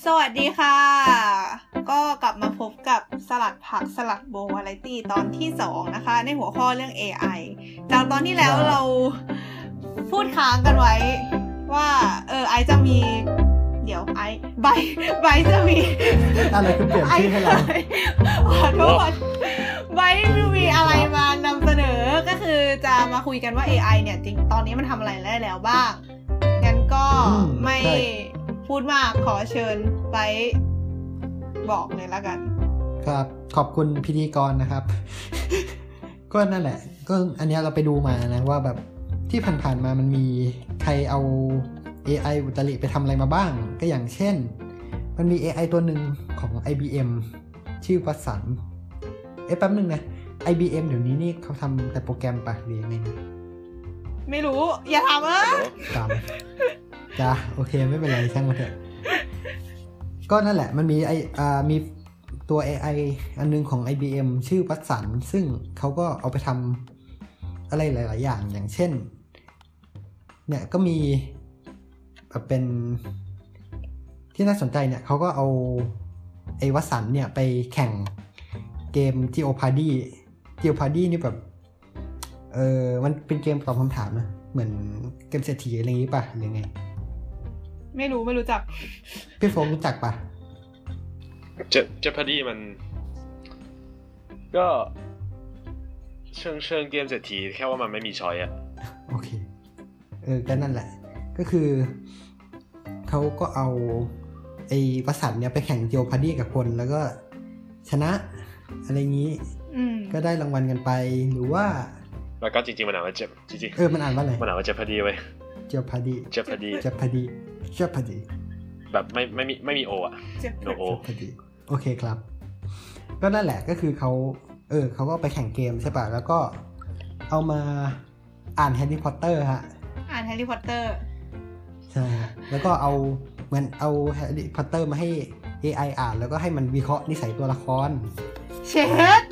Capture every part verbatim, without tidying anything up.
วัสดีค่ะก็กลับมาพบกับสลัดผักสลัดโบวาไรตี้ตอนที่สองนะคะในหัวข้อเรื่อง เอ ไอ จากตอนที่แล้วเราพูดค้างกันไว้ว่าเออไอจะมีเดี๋ยวไอใบใบจะมีอะไรคือเปลี่ยนชื่อให้เราขอโทษใบมีอะไรมานำเสนอก็คือจะมาคุยกันว่า เอ ไอ เนี่ยจริงตอนนี้มันทำอะไรได้แล้วบ้างงั้นก็ไม่พูดมากขอเชิญไปบอกเลยละกันครับขอบคุณพิธีกรนะครับ ก็นั่นแหละก็อันนี้เราไปดูมานะว่าแบบที่ผ่านๆมามันมีใครเอา เอ ไอ อุตริไปทำอะไรมาบ้างก็อย่างเช่นมันมี เอ ไอ ตัวหนึ่งของ ไอ บี เอ็ม ชื่อวัตสันเอ๊ะแป๊บนึงนะ ไอ บี เอ็ม เดี๋ยวนี้นี่เขาทำแต่โปรแกรมปะหรือยังไงนะไม่รู้อย่าทำเออตามจ้าโอเคไม่เป็นไรช่างมันเถอะก็นั่นแหละมันมีไออ่ามีตัว เอ ไอ อันนึงของ ไอ บี เอ็ม ชื่อวัตสันซึ่งเขาก็เอาไปทำอะไรหลายๆอย่างอย่างเช่นเนี่ยก็มีแบบเป็นที่น่าสนใจเนี่ยเขาก็เอาไอ้วัตสันเนี่ยไปแข่งเกม Jeopardy Jeopardy นี่แบบเออมันเป็นเกมตอบคำถามนะเหมือนเกมเศรษฐีอะไรอย่างงี้ป่ะหรือไงไม่รู้ไม่รู้จักพี่โฟมรู้จักป่ะเจเจพาดี้มันก็เชิงเชิงเกมเศรษฐีแค่ว่ามันไม่มีช้อยอะโอเคเออก็นั่นแหละก็คือเขาก็เอาไอ้วัตสันเนี่ยไปแข่งเจโอพาร์ดี้กับคนแล้วก็ชนะอะไรงี้ก็ได้รางวัลกันไปหรือว่าแล้วก็จริงๆมันอ่านว่าเจจริงๆเออมันอ่านว่าอะไรมันอ่านว่าเจพาดี้เว้ยเจโอพาร์ดี้เจพาดี้เจพาร์ดี้เจพาร์ดี้แบบไม่ไม่มีไม่มีโออะโนโอโอเคครับก็นั่นแหละก็คือเขาเออเขาก็ไปแข่งเกมใช่ป่ะแล้วก็เอามาอ่านแฮร์รี่พอตเตอร์ฮะอ่านแฮร์รี่พอตเตอร์ใช่แล้วก็เอาเหมือนเอาแฮร์รี่พอตเตอร์มาให้ เอ ไอ อ่านแล้วก็ให้มันวิเคราะห์นิสัยตัวละครเช็ด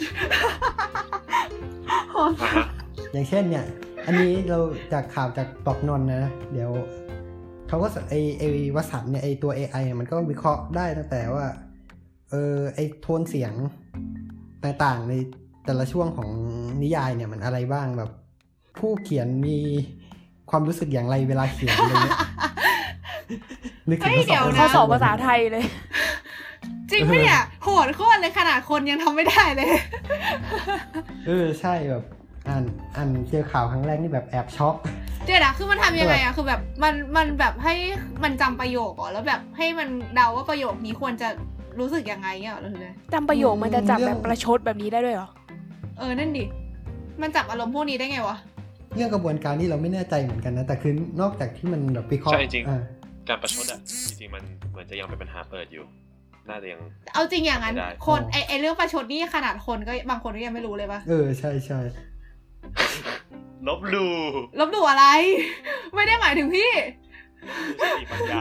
อย่างเช่นเนี่ยอันนี้เราจากข่าวจากตอกนนนะเดี๋ยวเขาก็ไอไอวัตสันเนี่ยไอตัว เอ ไอ มันก็วิเคราะห์ได้ตั้งแต่ว่าเออไอโทนเสียงต่างๆในแต่ละช่วงของนิยายเนี่ยมันอะไรบ้างแบบผู้เขียนมีความรู้สึกอย่างไรเวลาเขียนอะไรเงี้ยนึกถึงข้อสอบภาษาไทยเลยจริงไหมเนี่ยโหดโคตรเลยขนาดคนยังทำไม่ได้เลยเออใช่แบบอ่านอ่านเจอข่าวครั้งแรกนี่แบบแอบช็อกเดี๋ยวนะคือมันทำยังไงอะคือแบบมันมันแบบให้มันจำประโยคอ๋อแล้วแบบให้มันเดาว่าประโยคนี้ควรจะรู้สึกยังไงเนี่ยหรอเลยจำประโยคมันจะจับแบบประชดแบบนี้ได้ด้วยเหรอเออนั่นดิมันจับอารมณ์พวกนี้ได้ไงวะเรื่องกระบวนการนี่เราไม่แน่ใจเหมือนกันนะแต่คือนอกจากที่มันแบบวิเคราะห์ใช่จริงการประชดอะจริงๆมันเหมือนจะยังเป็นปัญหาเปิดอยู่น่าจะยังเอาจริงอย่างนั้นคนไอไอเรื่องประชดนี่ขนาดคนก็บางคนก็ยังไม่รู้เลยป่ะเออใช่ใช่ลบลู่ลบลู่อะไรไม่ได้หมายถึงพี่มีปัญญา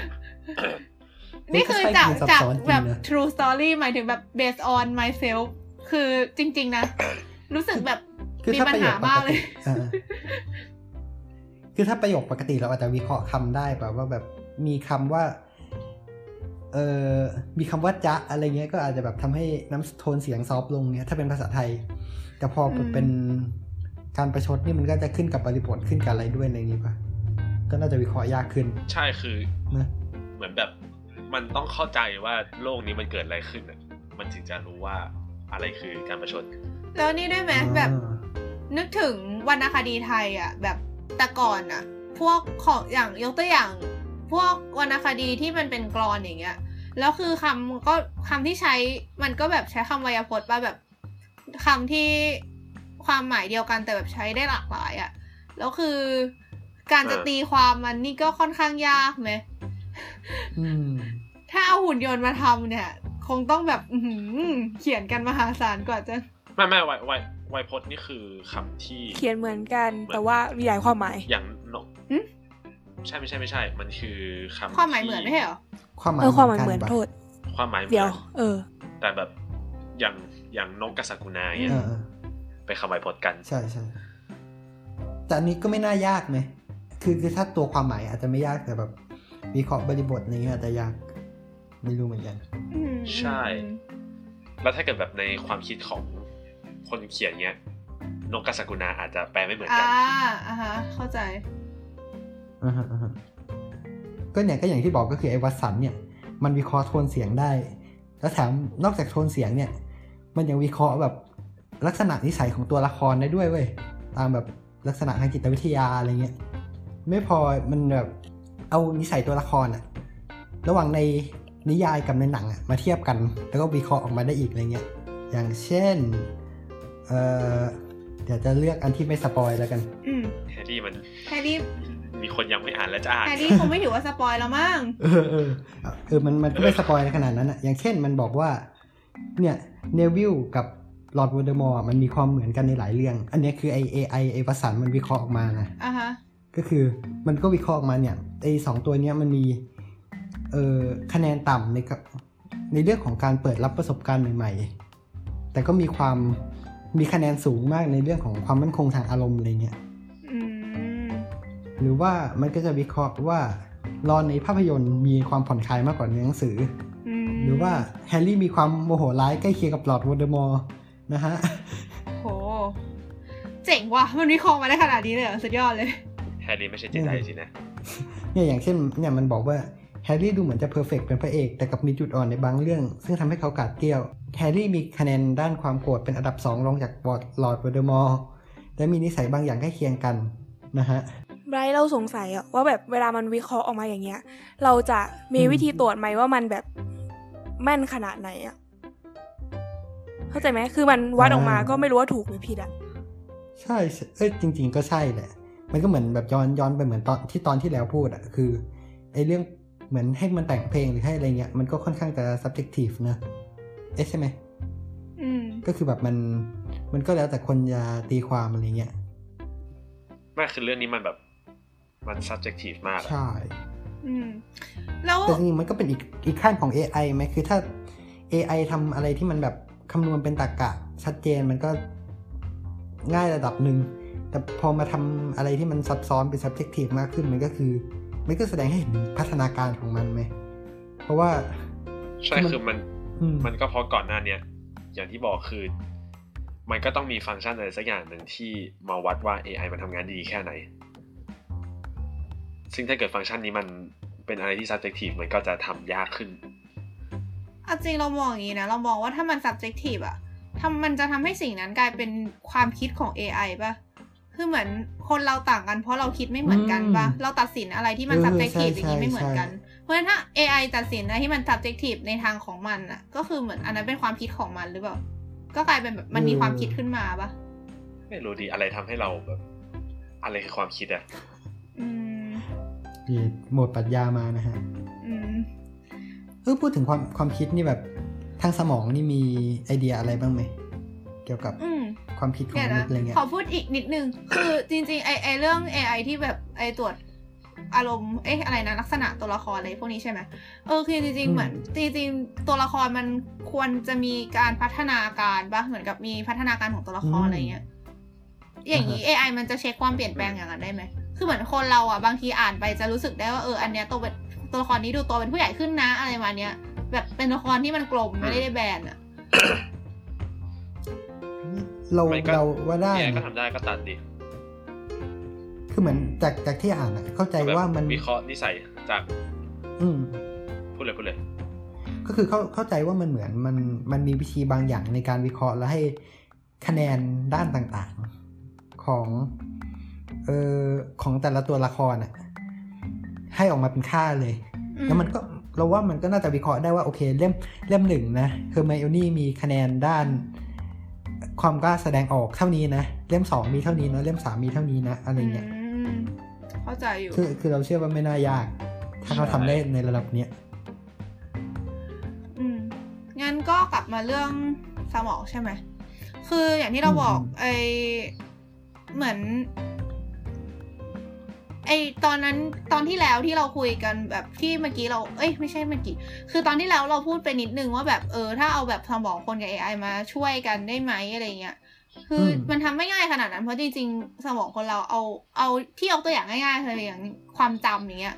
นี่คือจากจากแบบ true story หมายถึงแบบ based on myself คือจริงๆนะรู้สึกแบบมีปัญหามากเลยคือถ้าประโยคปกติเราอาจจะวิเคราะห์คำได้แบบว่าแบบมีคำว่าเออมีคำว่าจ๊ะอะไรเงี้ยก็อาจจะแบบทำให้น้ำโทนเสียงซอฟลงเนี้ยถ้าเป็นภาษาไทยแต่พอเป็นการประชดนี่มันก็จะขึ้นกับบริบทขึ้นกับอะไรด้วยอะไรอย่างงี้ป่ะก็น่าจะวิเคราะห์ยากขึ้นใช่คือเหมือนแบบมันต้องเข้าใจว่าโลกนี้มันเกิดอะไรขึ้นอ่ะมันถึงจะรู้ว่าอะไรคือการประชดแล้วนี่ได้ไหมแบบนึกถึงวรรณคดีไทยอ่ะแบบแต่ก่อนอ่ะพวกของอย่างยกตัวอย่างพวกวรรณคดีที่มันเป็นกลอนอย่างเงี้ยแล้วคือคำก็คำที่ใช้มันก็แบบใช้คำไวยพจน์ป่ะแบบคำที่ความหมายเดียวกันแต่แบบใช้ได้หลากหลายอ่ะแล้วคือการจะตีความมันนี่ก็ค่อนข้างยากไหมถ้าเอาหุ่นยนต์มาทำเนี่ยคงต้องแบบเขียนกันมหาศาลกว่าจะไม่ไม่ไวไวไวพจน์นี่คือคำที่เขียนเหมือนกันแต่ว่ามีหลายความหมายอย่างนกใช่ไม่ใช่ไม่ใช่มันคือคำความหมายเหมือนไม่ใช่เหรอความหมายเออความหมายเหมือนโทษความหมายเดียวเออแต่แบบอย่างอย่างนกกษักุณาเนี่ยไปคำไวพจน์กันใช่ใช่แต่อันนี้ก็ไม่น่ายากไหมคือคือถ้าตัวความหมายอาจจะไม่ยากแต่แบบวิเคราะห์บริบทนี้อาจจะยากไม่รู้เหมือนกันใช่แล้วถ้าเกิดแบบในความคิดของคนเขียนเงี้ยนกกาซากุนาอาจจะแปลไม่เหมือนกันอ่าอ่าฮะเข้าใจอ่าฮะอ่าฮะก็เนี่ยก็อย่างที่บอกก็คือไอ้วัตสันเนี่ยมันวิเคราะห์โทนเสียงได้แล้วแถมนอกจากโทนเสียงเนี่ยมันยังวิเคราะห์แบบลักษณะนิสัยของตัวละครได้ด้วยเว้ยตามแบบลักษณะทางจิตวิทยาอะไรเงี้ยไม่พอมันแบบเอานิสัยตัวละครอะระหว่างในนิยายกับในหนังอะมาเทียบกันแล้วก็วิเคราะห์ออกมาได้อีกอะไรเงี้ยอย่างเช่นเอ่อเดี๋ยวจะเลือกอันที่ไม่สปอยแล้วกันแฮร์รี่มันแฮร์รี่มีคนยังไม่อ่านแล้วจะอ่านแฮร์รี่คงไม่ถือว่าสปอยแล้วมั้งเออเออเออมันมันก็ไม่สปอยในขนาดนั้นอะอย่างเช่นมันบอกว่าเนี่ยเนวิลกับลอร์ดโวลเดอมอร์มันมีความเหมือนกันในหลายเรื่องอันนี้คือไอ เอ ไอ ไอวสันมันวิเคราะห์ออกมานะอ่าฮะก็คือมันก็วิเคราะห์ออกมาเนี่ยไอสองตัวเนี้ยมันมีเอ่อคะแนนต่ำในในเรื่องของการเปิดรับประสบการณ์ใหม่ๆแต่ก็มีความมีคะแนนสูงมากในเรื่องของความมั่นคงทางอารมณ์อะไรเงี้ยหรือว่ามันก็จะวิเคราะห์ว่ารอนในภาพยนตร์มีความผ่อนคลายมากกว่าในหนังสือหรือว่าแฮร์รี่มีความโมโหร้ายใกล้เคียงกับลอร์ดโวลเดอมอร์นะฮะโหเจ๋งว่ะมันวิเคราะห์มาได้ขนาดนี้เลยเหรอสุดยอดเลยแฮร์รี่ไม่ใช่เจไดสินะเนี่ยอย่างเช่นเนี่ยมันบอกว่าแฮร์รี่ดูเหมือนจะเพอร์เฟกต์เป็นพระเอกแต่กับมีจุดอ่อนในบางเรื่องซึ่งทำให้เขากาดเกลี้ยวแฮร์รี่มีคะแนนด้านความโกรธเป็นอันดับสองรองจากลอร์ดโวลเดอมอร์และมีนิสัยบางอย่างใกล้เคียงกันนะฮะไบรท์เราสงสัยอะว่าแบบเวลามันวิเคราะห์ออกมาอย่างเงี้ยเราจะมีวิธีตรวจไหมว่ามันแบบแม่นขนาดไหนอะเข้าใจไหมคือมันวัดออกมาก็ไม่รู้ว่าถูกหรือผิดอะใช่เอ้ยจริงๆก็ใช่แหละมันก็เหมือนแบบย้อนย้อนไปเหมือนตอนที่ตอนที่แล้วพูดอะคือไอ้เรื่องเหมือนให้มันแต่งเพลงหรือให้อะไรเงี้ยมันก็ค่อนข้างจะ subjective นะเอ๊ะใช่ไหมอืมก็คือแบบมันมันก็แล้วแต่คนจะตีความอะไรเงี้ยไม่คือเรื่องนี้มันแบบมัน subjective มากใช่อืมแล้วแต่จริงๆมันก็เป็นอีกอีกขั้นของ เอ ไอ ไหมคือถ้า เอ ไอ ทำอะไรที่มันแบบคำนวณเป็นตรรกะชัดเจนมันก็ง่ายระดับหนึ่งแต่พอมาทำอะไรที่มันซับซ้อนเป็น subjective มากขึ้นมันก็คือมันก็แสดงให้เห็นพัฒนาการของมันไหมเพราะว่าใช่คือมันมันก็เพราะก่อนหน้านี้อย่างที่บอกคือมันก็ต้องมีฟังก์ชันอะไรสักอย่างหนึ่งที่มาวัดว่า เอ ไอ มันทำงานดีแค่ไหนซึ่งถ้าเกิดฟังก์ชันนี้มันเป็นอะไรที่ subjective มันก็จะทำยากขึ้นเอาจริงเรามองอย่างนี้นะเรามองว่าถ้ามัน subjective อะทำมันจะทำให้สิ่งนั้นกลายเป็นความคิดของ เอ ไอ ป่ะคือเหมือนคนเราต่างกันเพราะเราคิดไม่เหมือนกันป่ะเราตัดสินอะไรที่มัน subjective อย่างนี้ไม่เหมือนกันเพราะฉะนั้นถ้า เอ ไอ ตัดสินอะไรที่มัน subjective ในทางของมันอะก็คือเหมือนอันนั้นเป็นความคิดของมันหรือเปล่าก็กลายเป็นแบบมันมีความคิดขึ้นมาป่ะไม่รู้ดิอะไรทำให้เราแบบอะไรคือความคิดอะอืมนี่โหมดปรัชญามานะฮะอืมเออพูดถึงความความคิดนี่แบบทางสมองนี่มีไอเดียอะไรบ้างไหมเกี่ยวกับความคิดของมนุษย์อะไรเงี้ยขอพูดอีกนิดนึงคือจริงๆไอไอเรื่อง เอ ไอ ที่แบบไอตรวจอารมณ์เอ๊ะอะไรนะลักษณะตัวละครอะไรพวกนี้ใช่ไหมเออคือจริงๆเหมือนจริงๆตัวละครมันควรจะมีการพัฒนาการป่ะเหมือนกับมีพัฒนาการของตัวละครอะไรเงี้ยอย่างนี้ เอ ไอ มันจะเช็คความเปลี่ยนแปลงอย่างนั้นได้ไหมคือเหมือนคนเราอ่ะบางทีอ่านไปจะรู้สึกได้ว่าเอออันเนี้ยตัวเป็นตัวละครนี้ดูโตเป็นผู้ใหญ่ขึ้นนะอะไรมาเนี้ยแบบเป็นตัวละครที่มันกลมไม่ได้แบนอ่ะเราเราว่าได้ก็ทำได้ก็ตัดดิคือเหมือนจากจากที่อ่านเข้าใจว่ามันวิเคราะห์นิสัยจากอืมพูดเลยพูดเลยก็คือเข้าเข้าใจว่ามันเหมือนมันมันมีวิธีบางอย่างในการวิเคราะห์และให้คะแนนด้านต่างๆของเอ่อของแต่ละตัวละครอ่ะให้ออกมาเป็นค่าเลยแล้วมันก็เราว่ามันก็น่าจะวิเคราะห์ได้ว่าโอเคเล่มเล่มหนึ่งนะเฮอร์ไมโอนี่มีคะแนนด้านความกล้าแสดงออกเท่านี้นะเล่มสองมีเท่านี้นะเล่มสามมีเท่านี้นะอะไรเงี้ยเข้าใจอยู่คือคือเราเชื่อว่าไม่น่ายากถ้าเขาทำได้ในระดับเนี้ยอืมงั้นก็กลับมาเรื่องสมองใช่ไหมคืออย่างที่เราบอกไอเหมือนไอตอนนั้นตอนที่แล้วที่เราคุยกันแบบที่เมื่อกี้เราเอ้ยไม่ใช่เมื่อกี้คือตอนที่แล้วเราพูดไปนิดนึงว่าแบบเออถ้าเอาแบบสมองคนกับ เอ ไอ มาช่วยกันได้ไหมอะไรเงี้ยคือมันทำไม่ง่ายขนาดนั้นเพราะจริงๆสมองคนเราเอาเอาที่ยกตัวอย่างง่ายๆเลยอย่างความจำอย่างเงี้ย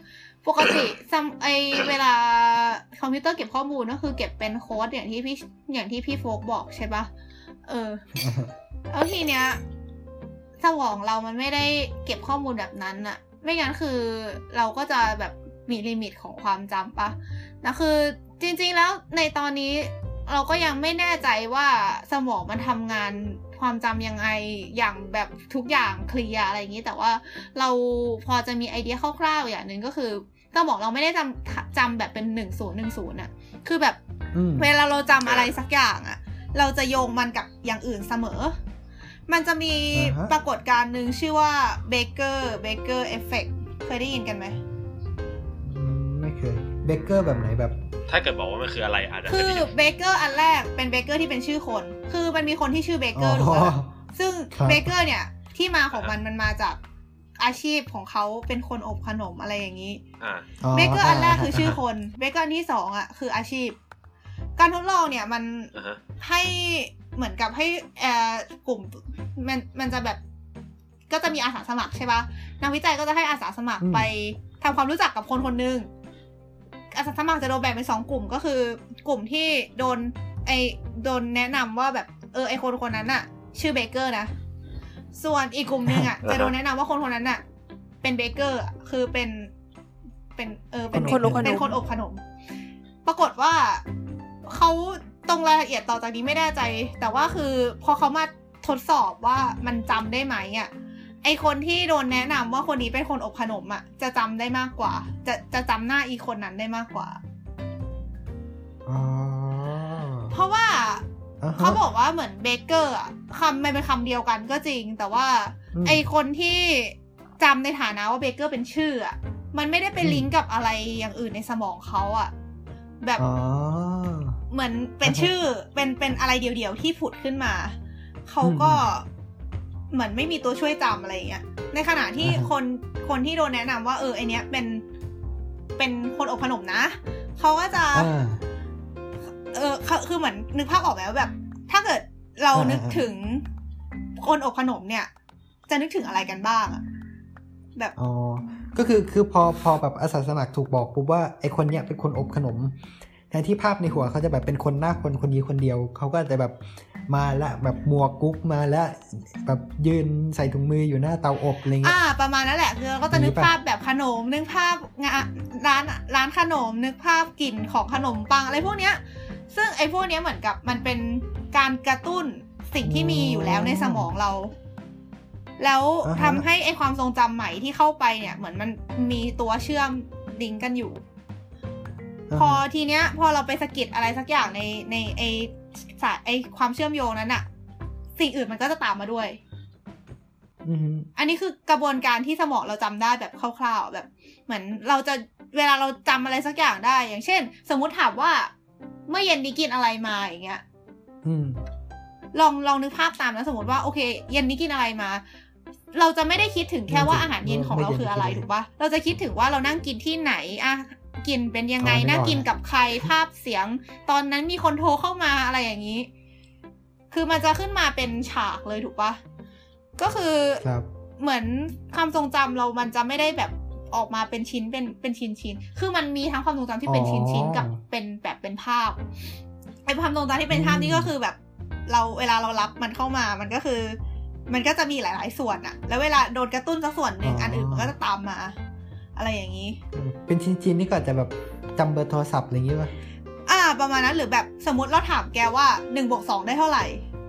ปกติไอเวลาคอมพิวเตอร์เก็บข้อมูลก็คือเก็บเป็นโค้ดอย่างที่พี่อย่างที่พี่โฟกบอกใช่ปะเออ แล้วทีเนี้ยสมองเรามันไม่ได้เก็บข้อมูลแบบนั้นอะไม่งั้นคือเราก็จะแบบมีลิมิตของความจำปะนะคือจริงๆแล้วในตอนนี้เราก็ยังไม่แน่ใจว่าสมองมันทำงานความจำยังไงอย่างแบบทุกอย่างเคลียร์อะไรอย่างนี้แต่ว่าเราพอจะมีไอเดียคร่าวๆอย่างหนึ่งก็คือสมองเราไม่ได้จำจำแบบเป็นหนึ่งศูนย์หนึ่งศูนย์อะคือแบบเวลาเราจำอะไรสักอย่างอะเราจะโยงมันกับอย่างอื่นเสมอมันจะมี uh-huh. ปรากฏการณ์หนึ่งชื่อว่า Baker Baker Effect เคยได้ยินกันไหมไม่เคย Baker แบบไหนแบบถ้าเกิดบอกว่ามันคืออะไรอาจจะคือ Baker อันแรกเป็น Baker ที่เป็นชื่อคนคือมันมีคนที่ชื่อ Baker ถูกป่ะซึ่ง Baker เนี่ยที่มาของมันมันมาจากอาชีพของเขาเป็นคนอบขนมอะไรอย่างนี้ Baker อันแรกคือชื่อคน Baker อันที่สองอ่ะคืออาชีพการทดลองเนี่ยมัน uh-huh. ให้เหมือนกับให้เอ่อกลุ่มมันมันจะแบบก็จะมีอาสาสมัครใช่ปะนักวิจัยก็จะให้อาสาสมัครไปทำความรู้จักกับคนคนนึงอาสาสมัครจะโดนแบ่งเป็นสองกลุ่มก็คือกลุ่มที่โดนไอโดนแนะนำว่าแบบเออไอคนคนนั้นอะชื่อเบเกอร์นะส่วนอีกกลุ่มนึงอะจะโดนแนะนำว่าคนคนนั้นอะเป็นเบเกอร์คือเป็นเป็นเออเป็นคนเป็นคนอบขนมปรากฏว่าเขาตรงรายละเอียดต่อจากนี้ไม่แน่ใจแต่ว่าคือพอเขามาทดสอบว่ามันจำได้ไหมอ่ะไอคนที่โดนแนะนำว่าคนนี้เป็นคนอบขนมอ่ะจะจำได้มากกว่าจะจะจำหน้าอีคนนั้นได้มากกว่าอ๋อเพราะว่า uh-huh. เขาบอกว่าเหมือนเบเกอร์อ่ะคำมันเป็นคำเดียวกันก็จริงแต่ว่า ไอคนที่จำในฐานะว่าเบเกอร์เป็นชื่ออ่ะมันไม่ได้ไปลิงก์กับอะไรอย่างอื่นในสมองเขาอ่ะแบบเหมือนเป็นชื่อเป็นเป็นอะไรเดียวๆที่ผุดขึ้นมาเขาก็เหมือนไม่มีตัวช่วยจำอะไรอย่างเงี้ยในขณะที่คนคนที่โดนแนะนำว่าเออไอเนี้ยเป็นเป็นคนอบขนมนะเขาก็จะเออคือเหมือนนึกภาพออกไหมว่าแบบถ้าเกิดเรานึกถึงคนอบขนมเนี่ยจะนึกถึงอะไรกันบ้างอะแบบอ๋อก็คือคือพอพอแบบอาสาสมัครถูกบอกปุ๊บว่าไอคนเนี้ยเป็นคนอบขนมแทนที่ภาพในหัวเขาจะแบบเป็นคนหน้าคนคนนี้คนเดียวเขาก็จะแบบมาละแบบหมวกกุ๊กมาแล้วแบบยืนใส่ถุงมืออยู่หน้าเตาอบอะไรเงี้ยอ่าประมาณนั้นแหละคือเราก็จะนึกภาพแบบขนมนึกภาพงานร้านร้านขนมนึกภาพกลิ่นของขนมปังอะไรพวกเนี้ยซึ่งไอ้พวกเนี้ยเหมือนกับมันเป็นการกระตุ้นสิ่งที่มีอยู่แล้วในสมองเราแล้วทำให้ไอ้ความทรงจำใหม่ที่เข้าไปเนี่ยเหมือนมันมีตัวเชื่อมลิงก์กันอยู่พอทีเนี้ยพอเราไปสะกิดอะไรสักอย่างในในไอสายไอความเชื่อมโยงนั้นอะสิ่งอื่นมันก็จะตามมาด้วย อันนี้คือกระบวนการที่สมองเราจำได้แบบคร่าวๆแบบเหมือนเราจะเวลาเราจำอะไรสักอย่างได้อย่างเช่นสมมุติถามว่าเมื่อเย็นนี้กินอะไรมาอย่างเงี้ยลองลองนึกภาพตามนะสมมติว่าโอเคเย็นนี้กินอะไรมาเราจะไม่ได้คิดถึงแค่ว่าอาหารเย็นของเราคืออะไรถูกปะเราจะคิดถึงว่าเรานั่งกินที่ไหนอะกินเป็นยังไงนั่งกินกับใครภาพเสียงตอนนั้นมีคนโทรเข้ามาอะไรอย่างนี้คือมันจะขึ้นมาเป็นฉากเลยถูกปะก็คือเหมือนความทรงจำเรามันจะไม่ได้แบบออกมาเป็นชิ้นเป็นเป็นชิ้นชิ้นคือมันมีทั้งความทรงจำที่เป็นชิ้นชิ้นกับเป็นแบบเป็นภาพไอ้ความทรงจำที่เป็นภาพนี่ก็คือแบบเราเวลาเรารับมันเข้ามามันก็คือมันก็จะมีหลายๆส่วนอะแล้วเวลาโดนกระตุ้นสักส่วนหนึ่งอันอื่นมันก็จะตามมาอะไรอย่างนี้เป็นชิ้นๆนี่ก็จะแบบจำเบอร์โทรศัพท์อะไรอย่างงี้ป่ะอ่าประมาณนั้นหรือแบบสมมติเราถามแกว่าหนึ่งบวกสองได้เท่าไหร่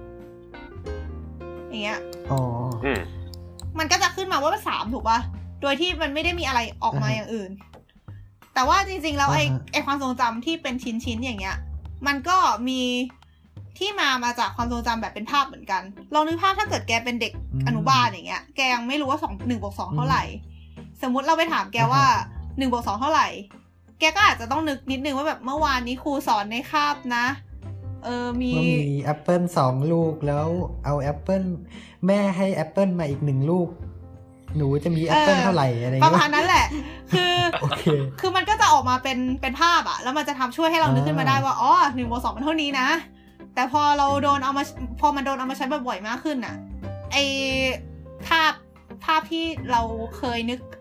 อย่างเงี้ยอ๋อมันก็จะขึ้นมาว่าเป็นสามถูกป่ะโดยที่มันไม่ได้มีอะไรออกมาอย่างอื่นแต่ว่าจริงๆแล้วไอ้ไอ้ความทรงจำที่เป็นชิ้นๆอย่างเงี้ยมันก็มีที่มามาจากความทรงจำแบบเป็นภาพเหมือนกันลองนึกภาพถ้าเกิดแกเป็นเด็กอนุบาลอย่างเงี้ยแกยังไม่รู้ว่าสอง หนึ่งบวกสองเท่าไหร่สมมุติเราไปถามแกว่าหนึ่งบวกสองเท่าไหร่แกก็อาจจะต้องนึกนิดนึงว่าแบบเมื่อวานนี้ครูสอนในคาบนะเออมีมีแอปเปิ้ลสองลูกแล้วเอาแอปเปิ้ลแม่ให้แอปเปิ้ลมาอีกหนึ่งลูกหนูจะมีแอปเปิ้ลเท่าไหร่อะไรประมาณนั้นแหละคือโอเคคือมันก็จะออกมาเป็นเป็นภาพอะแล้วมันจะทำช่วยให้เรานึกขึ้นมาได้ว่าอ๋อหนึ่งบวกสองมันเท่านี้นะแต่พอเราโดนเอามาพอมันโดนเอามาใช้บ่อยๆมากขึ้นน่ะไอภาพภาพที่เราเคยนึก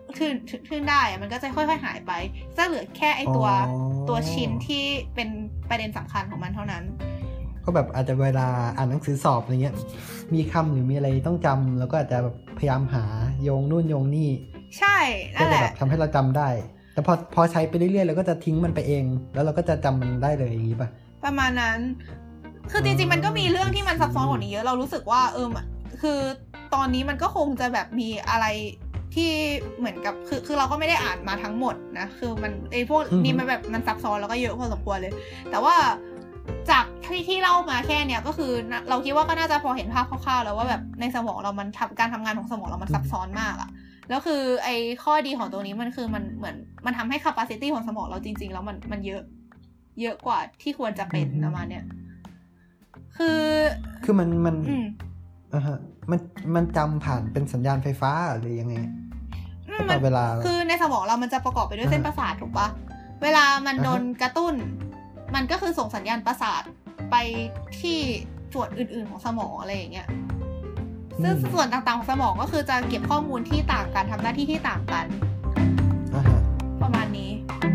ขึ้นขึ้นได้มันก็จะค่อยๆหายไปจะเหลือแค่ไอตัวตัวชิ้นที่เป็นประเด็นสำคัญของมันเท่านั้นก็แบบอาจจะเวลาอ่านหนังสือสอบอะไรเงี้ยมีคำหรือมีอะไรต้องจำแล้วก็อาจจะแบบพยายามหาโยงนู่นโยงนี่ใช่นั่นแหละทำให้เราจำได้แต่พอพอใช้ไปเรื่อยๆเราก็จะทิ้งมันไปเองแล้วเราก็จะจำมันได้เลยอย่างนี้ป่ะประมาณนั้นคือจริงๆมันก็มีเรื่องที่มันซับซ้อนกว่านี้เยอะเรารู้สึกว่าเออคือตอนนี้มันก็คงจะแบบมีอะไรที่เหมือนกับคือคือเราก็ไม่ได้อ่านมาทั้งหมดนะคือมันไอ้พวกนี้มันแบบมันซับซ้อนแล้วก็เยอะพอสมควรเลยแต่ว่าจากที่ที่เล่ามาแค่เนี้ยก็คือเราคิดว่าก็น่าจะพอเห็นภาพคร่าวๆแล้วว่าแบบในสมองเรามันทำการทำงานของสมองเรามันซับซ้อนมากอะแล้วคือไอ้ข้อดีของตัวนี้มันคือมันเหมือนมันทำให้ capacity ของสมองเราจริงๆแล้วมันมันเยอะเยอะกว่าที่ควรจะเป็นประมาณเนี้ยคือคือมันมันอ่าฮะมันมันจำผ่านเป็นสัญญาณไฟฟ้าหรือยังไงตอนเวลาคือในสมองเรามันจะประกอบไปด้วยเส้นประสาทถูกปะเวลามันโดนกระตุ้นมันก็คือส่งสัญญาณประสาทไปที่ส่วนอื่นๆของสมองอะไรอย่างเงี้ยซึ่งส่วนต่างๆของสมองก็คือจะเก็บข้อมูลที่ต่างกันทำหน้าที่ที่ต่างกันประมาณนี้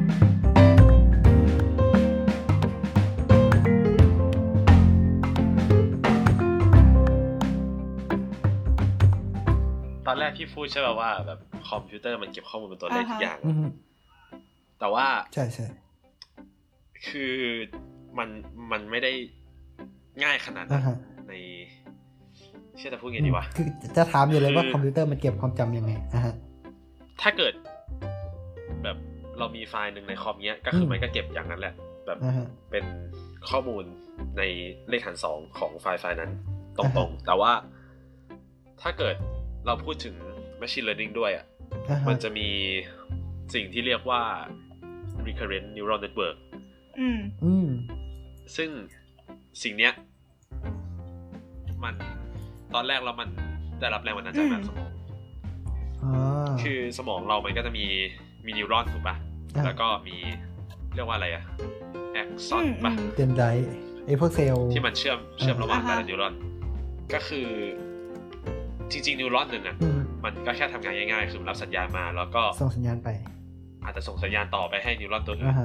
ตอนแรกพี่พูดใช่ป่ะว่าแบบคอมพิวเตอร์มันเก็บข้อมูลเป็นตัวเลขทุกอย่างแต่ว่าใช่ใช่คือมันมันไม่ได้ง่ายขนาดนั้นในเชื่อจะพูดไงดีวะคือจะถามอยู่เลยว่าคอมพิวเตอร์มันเก็บความจำยังไงอ่ะฮะถ้าเกิดแบบเรามีไฟล์หนึ่งในคอมเนี้ยก็คือมันก็เก็บอย่างนั้นแหละแบบเป็นข้อมูลในเลขหารสองของไฟล์ไฟล์นั้นตรงๆแต่ว่าถ้าเกิดเราพูดถึง machine learning ด้วยอ่ะมันจะมีสิ่งที่เรียกว่า recurrent neural network อืมอืมซึ่งสิ่งเนี้ยมันตอนแรกเรามันได้รับแรงบันดาลใจจากสมองคือสมองเรามันก็จะมีมีนิวรอนถูกป่ะแล้วก็มีเรียกว่าอะไรอะแอ็กซอนป่ะเดนไดไอพวกเซลล์ที่มันเชื่อมเชื่อมระหว่างแต่ละนิวรอนก็คือจริงๆนิวรอนนึงอ่ะมันก็แค่ทำงานง่ายๆคือรับสัญญาณมาแล้วก็ส่งสัญญาณไปอาจจะส่งสัญญาณต่อไปให้นิวรอนตัวอื่น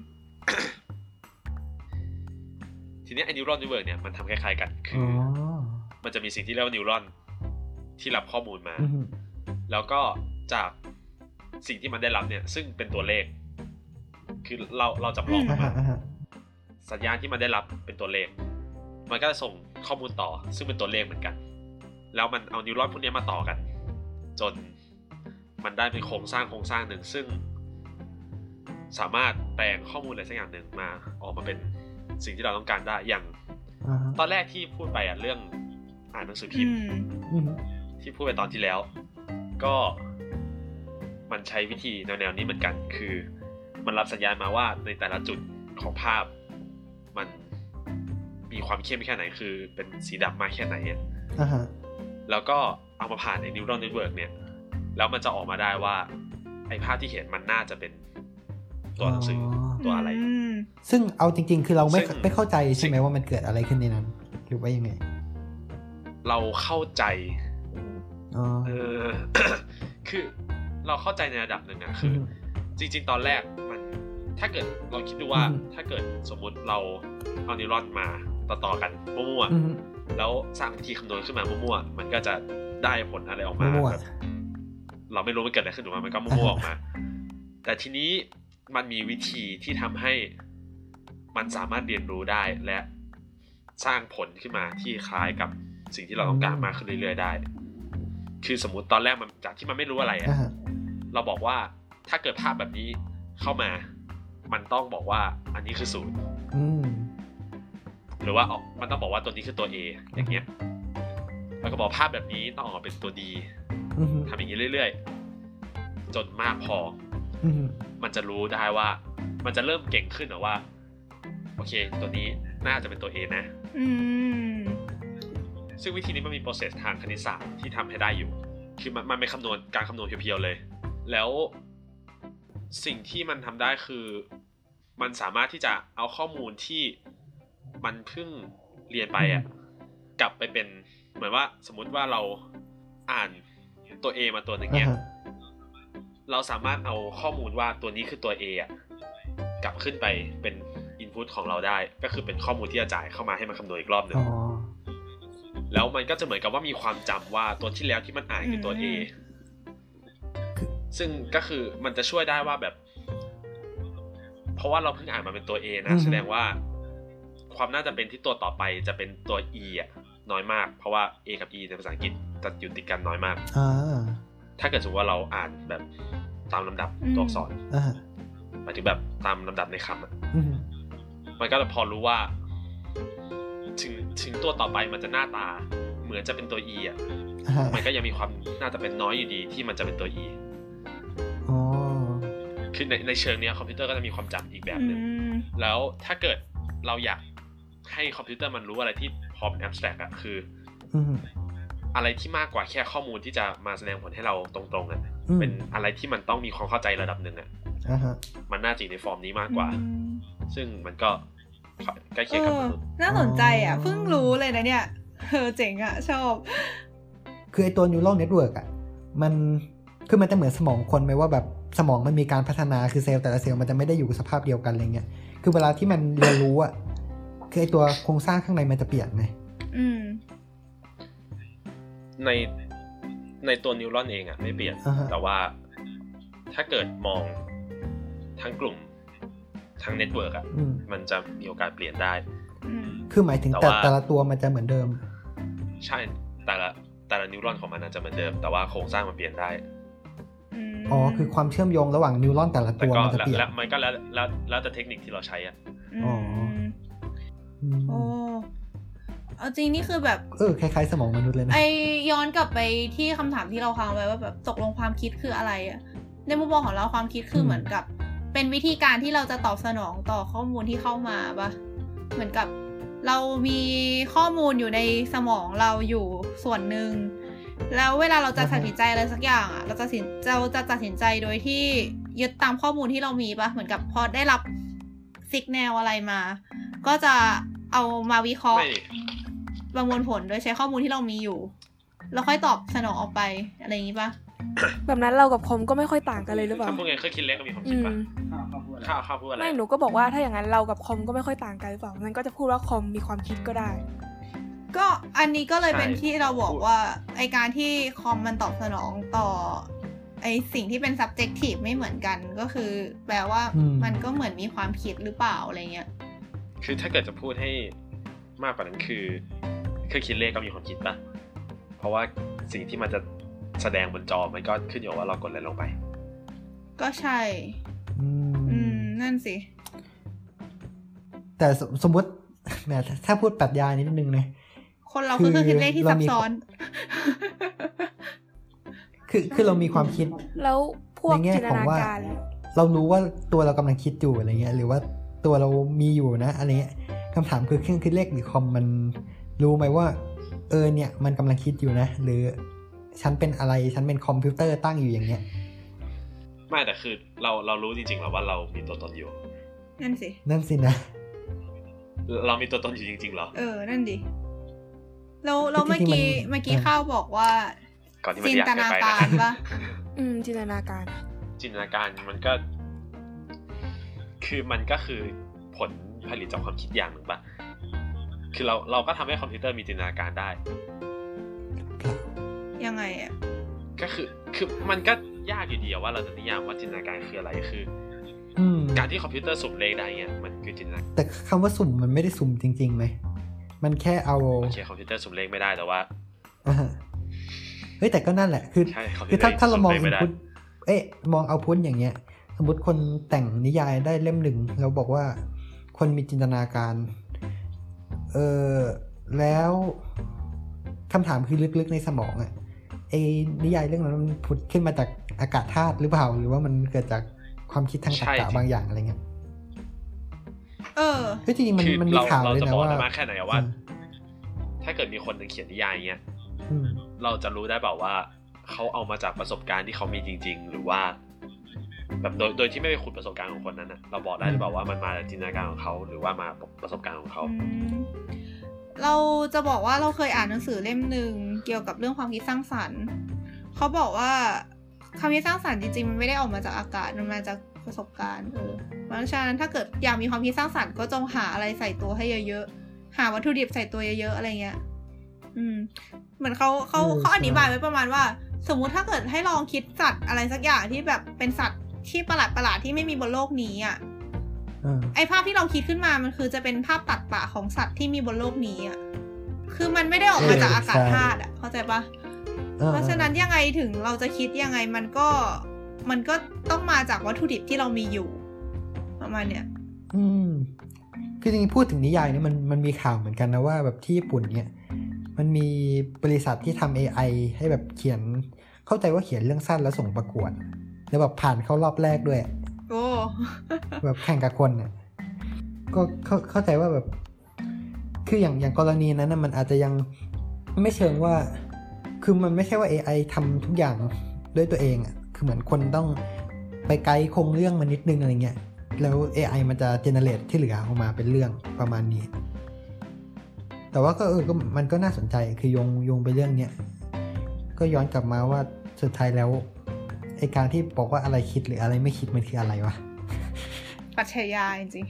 ทีนี้ไอ้นิวรอนเน็ตเวิร์กเนี่ยมันทำคล้ายๆกันคือมันจะมีสิ่งที่เรียกว่านิวรอนที่รับข้อมูลมาแล้วก็จากสิ่งที่มันได้รับเนี่ยซึ่งเป็นตัวเลขคือเราเราจำลองมาสัญญาณที่มันได้รับเป็นตัวเลขมันก็จะส่งข้อมูลต่อซึ่งเป็นตัวเลขเหมือนกันแล้วมันเอานิวรอนพวกนี้มาต่อกันจนมันได้เป็นโครงสร้างโครงสร้างหนึ่งซึ่งสามารถแปลงข้อมูลอะไรสักอย่างหนึ่งมาออกมาเป็นสิ่งที่เราต้องการได้อย่าง uh-huh. ตอนแรกที่พูดไปอ่ะเรื่องอ่านหนังสือพิมพ์ uh-huh. ที่พูดไปตอนที่แล้วก็มันใช้วิธีแนวๆนี้เหมือนกันคือมันรับสัญญาณมาว่าในแต่ละจุดของภาพมันมีความเข้มแค่ไหนคือเป็นสีดำมากแค่ไหนอ่ะ uh-huh. แล้วก็เอามาผ่านใน neural network เนี่ยแล้วมันจะออกมาได้ว่าไอ้ภาพที่เห็นมันน่าจะเป็นตัวหนังสือตัวอะไรซึ่งเอาจริงๆคือเราไม่ไม่เข้าใจใช่ไหมว่ามันเกิดอะไรขึ้นในนั้นหรือว่ายังไงเราเข้าใจอ๋อเออ คือเราเข้าใจในระดับหนึ่งนะคือจริงๆตอนแรกมันถ้าเกิดเราคิดดูว่าถ้าเกิดสมมุติเราเอานิวรอนมาต่อๆกันมั่วๆแล้วสร้างวิธีคำนวณขึ้นมามั่วๆมันก็จะได้ผลอะไรออกมาแบบเราไม่รู้มันเกิดอะไรขึ้นถูกไหมมันก็มั่วๆออกมาแต่ทีนี้มันมีวิธีที่ทำให้มันสามารถเรียนรู้ได้และสร้างผลขึ้นมาที่คล้ายกับสิ่งที่เราต้องการมากขึ้นเรื่อยๆได้คือสมมุติตอนแรกมันจากที่มันไม่รู้อะไรอ่ะ uh-huh. เราบอกว่าถ้าเกิดภาพแบบนี้เข้ามามันต้องบอกว่าอันนี้คือศูนย์ uh-huh. หรือว่ามันต้องบอกว่าตัวนี้คือตัว A อย่างเงี้ยแล้วก็บอกภาพแบบนี้ต้องออกเป็นตัว D uh-huh. ทำอย่างนี้เรื่อยๆจนมากพอมันจะรู้ได้ว่ามันจะเริ่มเก่งขึ้นนะว่าโอเคตัวนี้น่าจะเป็นตัว A นะซึ่งวิธีนี้มันมี process ทางคณิตศาสตร์ที่ทำให้ได้อยู่คือมันมันเป็นคำนวณการคำนวณเพียวๆเลยแล้วสิ่งที่มันทำได้คือมันสามารถที่จะเอาข้อมูลที่มันเพิ่งเรียนไปอ่ะกลับไปเป็นเหมือนว่าสมมุติว่าเราอ่านตัว A มาตัวนึงเนี้ยเราสามารถเอาข้อมูลว่าตัวนี้คือตัว A อ่ะกลับขึ้นไปเป็น input ของเราได้ก็คือเป็นข้อมูลที่จะจ่ายเข้ามาให้มันคำนวณอีกรอบหนึ่งแล้วมันก็จะเหมือนกับว่ามีความจำว่าตัวที่แล้วที่มันอ่านคือตัว A ซึ่งก็คือมันจะช่วยได้ว่าแบบเพราะว่าเราเพิ่งอ่านมาเป็นตัว A นะแสดงว่าความน่าจะเป็นที่ตัวต่อไปจะเป็นตัว E อ่ะน้อยมากเพราะว่า A กับ E ในภาษาอังกฤษจะอยู่ติดกันน้อยมากถ้าเกิดสมมติว่าเราอ่านแบบตามลำดับตัวอักษรหมายถึงแบบตามลำดับในคำอ่ะมันก็จะพอรู้ว่าถึงถึงตัวต่อไปมันจะหน้าตาเหมือนจะเป็นตัว E อ่ะมันก็ยังมีความน่าจะเป็นน้อยอยู่ดีที่มันจะเป็นตัว E อ๋อคือในในเชิงนี้คอมพิวเตอร์ก็จะมีความจำอีกแบบนึงแล้วถ้าเกิดเราอยากให้คอมพิวเตอร์มันรู้อะไรที่พร้อมแอบสแตรกอะคืออะไรที่มากกว่าแค่ข้อมูลที่จะมาแสดงผลให้เราตรงๆอะเป็นอะไรที่มันต้องมีความเข้าใจระดับหนึ่งอะมันน่าจะในฟอร์มนี้มากกว่าซึ่งมันก็ใกล้เคียงกับมนุษย์น่าสนใจอะเพิ่งรู้เลยนะเนี่ยเออเจ๋งอะชอบคือไอตัว neural network อะมันคือมันจะเหมือนสมองคนไหมว่าแบบสมองมันมีการพัฒนาคือเซลล์แต่ละเซลล์มันจะไม่ได้อยู่สภาพเดียวกันอะไรเงี้ยคือเวลาที่มันเรียนรู้อะคือไอตัวโครงสร้างข้างในมันจะเปลี่ยนไหมอืมในในตัวนิวรอนเองอะไม่เปลี่ยน uh-huh. แต่ว่าถ้าเกิดมองทั้งกลุ่มทั้งเน็ตเวิร์กอะมันจะมีโอกาสเปลี่ยนได้คือหมายถึงแต่แต่ละตัวมันจะเหมือนเดิมใช่แต่ละแต่ละนิวรอนของมันจะเหมือนเดิมแต่ว่าโครงสร้างมันเปลี่ยนได้อ๋อคือความเชื่อมโยงระหว่างนิวรอนแต่ละตัวมันจะเปลี่ยนแล้วมันก็แล้วแล้วแล้วแต่เทคนิคที่เราใช้อ่ะอ๋อโอ้เอาจริงนี่คือแบบเออคล้ายๆสมองมนุษย์เลยนะไอย้อนกลับไปที่คำถามที่เราค้างไว้ว่าแบบตกลงความคิดคืออะไรอ่ะในมุมมองของเราความคิดคือเหมือนกับเป็นวิธีการที่เราจะตอบสนองต่อข้อมูลที่เข้ามาป่ะเหมือนกับเรามีข้อมูลอยู่ในสมองเราอยู่ส่วนหนึ่งแล้วเวลาเราจะตัดสินใจอะไรสักอย่างอ่ะเราจะสินเราจะตัดสินใจโดยที่ยึดตามข้อมูลที่เรามีป่ะเหมือนกับพอได้รับสิกแนลอะไรมาก็จะเอามาวิเคราะห์ประมวลผลโดยใช้ข้อมูลที่เรามีอยู่แล้วค่อยตอบสนองออกไปอะไรอย่างนี้ป่ะแบบนั้นเรากับคอมก็ไม่ค่อยต่างกันเลยหรือเปล่าถ้าพูดไงเคยคิดเล็กก็มีความคิดป่ะข้าวข้าวพูดอะไรไม่หนูก็บอกว่าถ้าอย่างนั้นเรากับคอมก็ไม่ค่อยต่างกันหรือเปล่ามันก็จะพูดว่าคอมมีความคิดก็ได้ก็อันนี้ก็เลยเป็นที่เราบอกว่าไอการที่คอมมันตอบสนองต่อไอสิ่งที่เป็น subjective ไม่เหมือนกันก็คือแปลว่ามันก็เหมือนมีความคิดหรือเปล่าอะไรเงี้ยคือถ้าเกิดจะพูดให้มากกว่านั้นคือเครื่องคิดเลขก็มีความคิดป่ะเพราะว่าสิ่งที่มันจะแสดงบนจอมันก็ขึ้นอยู่ว่าเรากดอะไรลงไปก็ใช่อืมนั่นสิแต่สมมติแหมถ้าพูดปรัชญานิดนึงนะคนเราคือเครื่องคิดเลขที่ซับซ้อนคือคือเรามีความคิดแล้วพวกจินตนาการเรารู้ว่าตัวเรากำลังคิดอยู่อะไรเงี้ยหรือว่าตัวเรามีอยู่นะอะไรเงี้ยคำถามคือเครื่องคิดเลขหรือคอมมันรู้ไหมว่าเออเนี่ยมันกำลังคิดอยู่นะหรือฉันเป็นอะไรฉันเป็นคอมพิวเตอร์ตั้งอยู่อย่างเงี้ยไม่แต่คือเราเรารู้จริงๆหรอว่าเรามีตัวตนอยู่นั่นสินั่นสินะเรามีตัวตนอยู่จริงๆเหรอเออนั่นดิเราเราเมื่อกี้เมื่อกี้ข้าวบอกว่าจินตนาการป่ะอืมจินตนาการจินตนาการมันก็คือมันก็คือผลผลิตจากความคิดอย่างหนึ่งป่ะคือเราเราก็ทำให้คอมพิวเตอร์มีจินตนาการได้ยังไงอ่ะก็คือคือมันก็ยากอยู่ดีว่าเราจะนิยามว่าจินตนาการคืออะไรคือการที่คอมพิวเตอร์สุ่มเลขได้เงี้ยมันคือจินตนาการแต่คำว่าสุ่มมันไม่ได้สุ่มจริงๆไหมมันแค่เอาโอเคคอมพิวเตอร์สุ่มเลขไม่ได้แต่ว่าเฮ้ยแต่ก็นั่นแหละคือคือถ้าถ้าเรามองอินพุตเอ๊ะมองเอาพุตอย่างเงี้ยสมมติคนแต่งนิยายได้เล่มหนึ่งแล้วบอกว่าคนมีจินตนาการเออแล้วคำถามคือลึกๆในสมองอ่ะไอ้นิยายเรื่องนั้นมันพุตขึ้นมาจากอากาศธาตุหรือเปล่าหรือว่ามันเกิดจากความคิดทางตรรกะบางอย่างอะไรเงี้ยเออคือจริงๆมันมันมีข่าวเลยนะว่ามากแค่ไหนว่าถ้าเกิดมีคนนึงเขียนนิยายเงี้ยเราจะรู้ได้เปล่าว่าเขาเอามาจากประสบการณ์ที่เขามีจริงๆหรือว่าแบบโดยโดยที่ไม่ไปขุดประสบการณ์ของคนนั้นนะเราบอกได้หรือเปล่าว่ามันมาจากจินตนาการของเขาหรือว่ามาประสบการณ์ของเขาเราจะบอกว่าเราเคยอ่านหนังสือเล่มนึงเกี่ยวกับเรื่องความคิดสร้างสรรค์เขาบอกว่าความคิดสร้างสรรค์จริงๆมันไม่ได้ออกมาจากอากาศมันมาจากประสบการณ์เออเพราะฉะนั้นถ้าเกิดอยากมีความคิดสร้างสรรค์ก็จงหาอะไรใส่ตัวให้เยอะๆหาวัตถุดิบใส่ตัวเยอะๆอะไรเงี้ยอืมเหมือนเขาเขาเขาอธิบายไว้ประมาณว่าสมมุติถ้าเกิดให้ลองคิดสัตว์อะไรสักอย่างที่แบบเป็นสัตว์ที่ประหลาดประหลาดที่ไม่มีบนโลกนี้อ่ะไอภาพที่เราคิดขึ้นมามันคือจะเป็นภาพตัดต่อของสัตว์ที่มีบนโลกนี้อ่ะคือมันไม่ได้ออกมาจากอากาศธาตุอ่ะเข้าใจปะเพราะฉะนั้นยังไงถึงเราจะคิดยังไงมันก็มันก็ต้องมาจากวัตถุดิบที่เรามีอยู่ประมาณเนี้ยอืมคือจริงๆพูดถึงนิยายเนี่ยมันมันมีข่าวเหมือนกันนะว่าแบบที่ญี่ปุ่นเนี่ยมันมีบริษัทที่ทำ เอ ไอ ให้แบบเขียนเข้าใจว่าเขียนเรื่องสั้นแล้วส่งประกวดแล้วแบบผ่านเข้ารอบแรกด้วยโอ้แบบแข่งกับคนเนี่ยก็เข้าเข้าใจว่าแบบคืออย่างอย่างกรณีนั้นนะมันอาจจะยังไม่เชิงว่าคือมันไม่ใช่ว่า เอ ไอ ทำทุกอย่างด้วยตัวเองอ่ะคือเหมือนคนต้องไปไกด์โครงเรื่องมันนิดนึงอะไรเงี้ยแล้ว เอ ไอ มันจะเจเนเรตที่เหลือออกมาเป็นเรื่องประมาณนี้แต่ว่าก็เออก็มันก็น่าสนใจคือโยงโยงไปเรื่องเนี้ยก็ย้อนกลับมาว่าสุดท้ายแล้วไอการที่บอกว่าอะไรคิดหรืออะไรไม่คิดมันคืออะไรวะปรัชญาจริง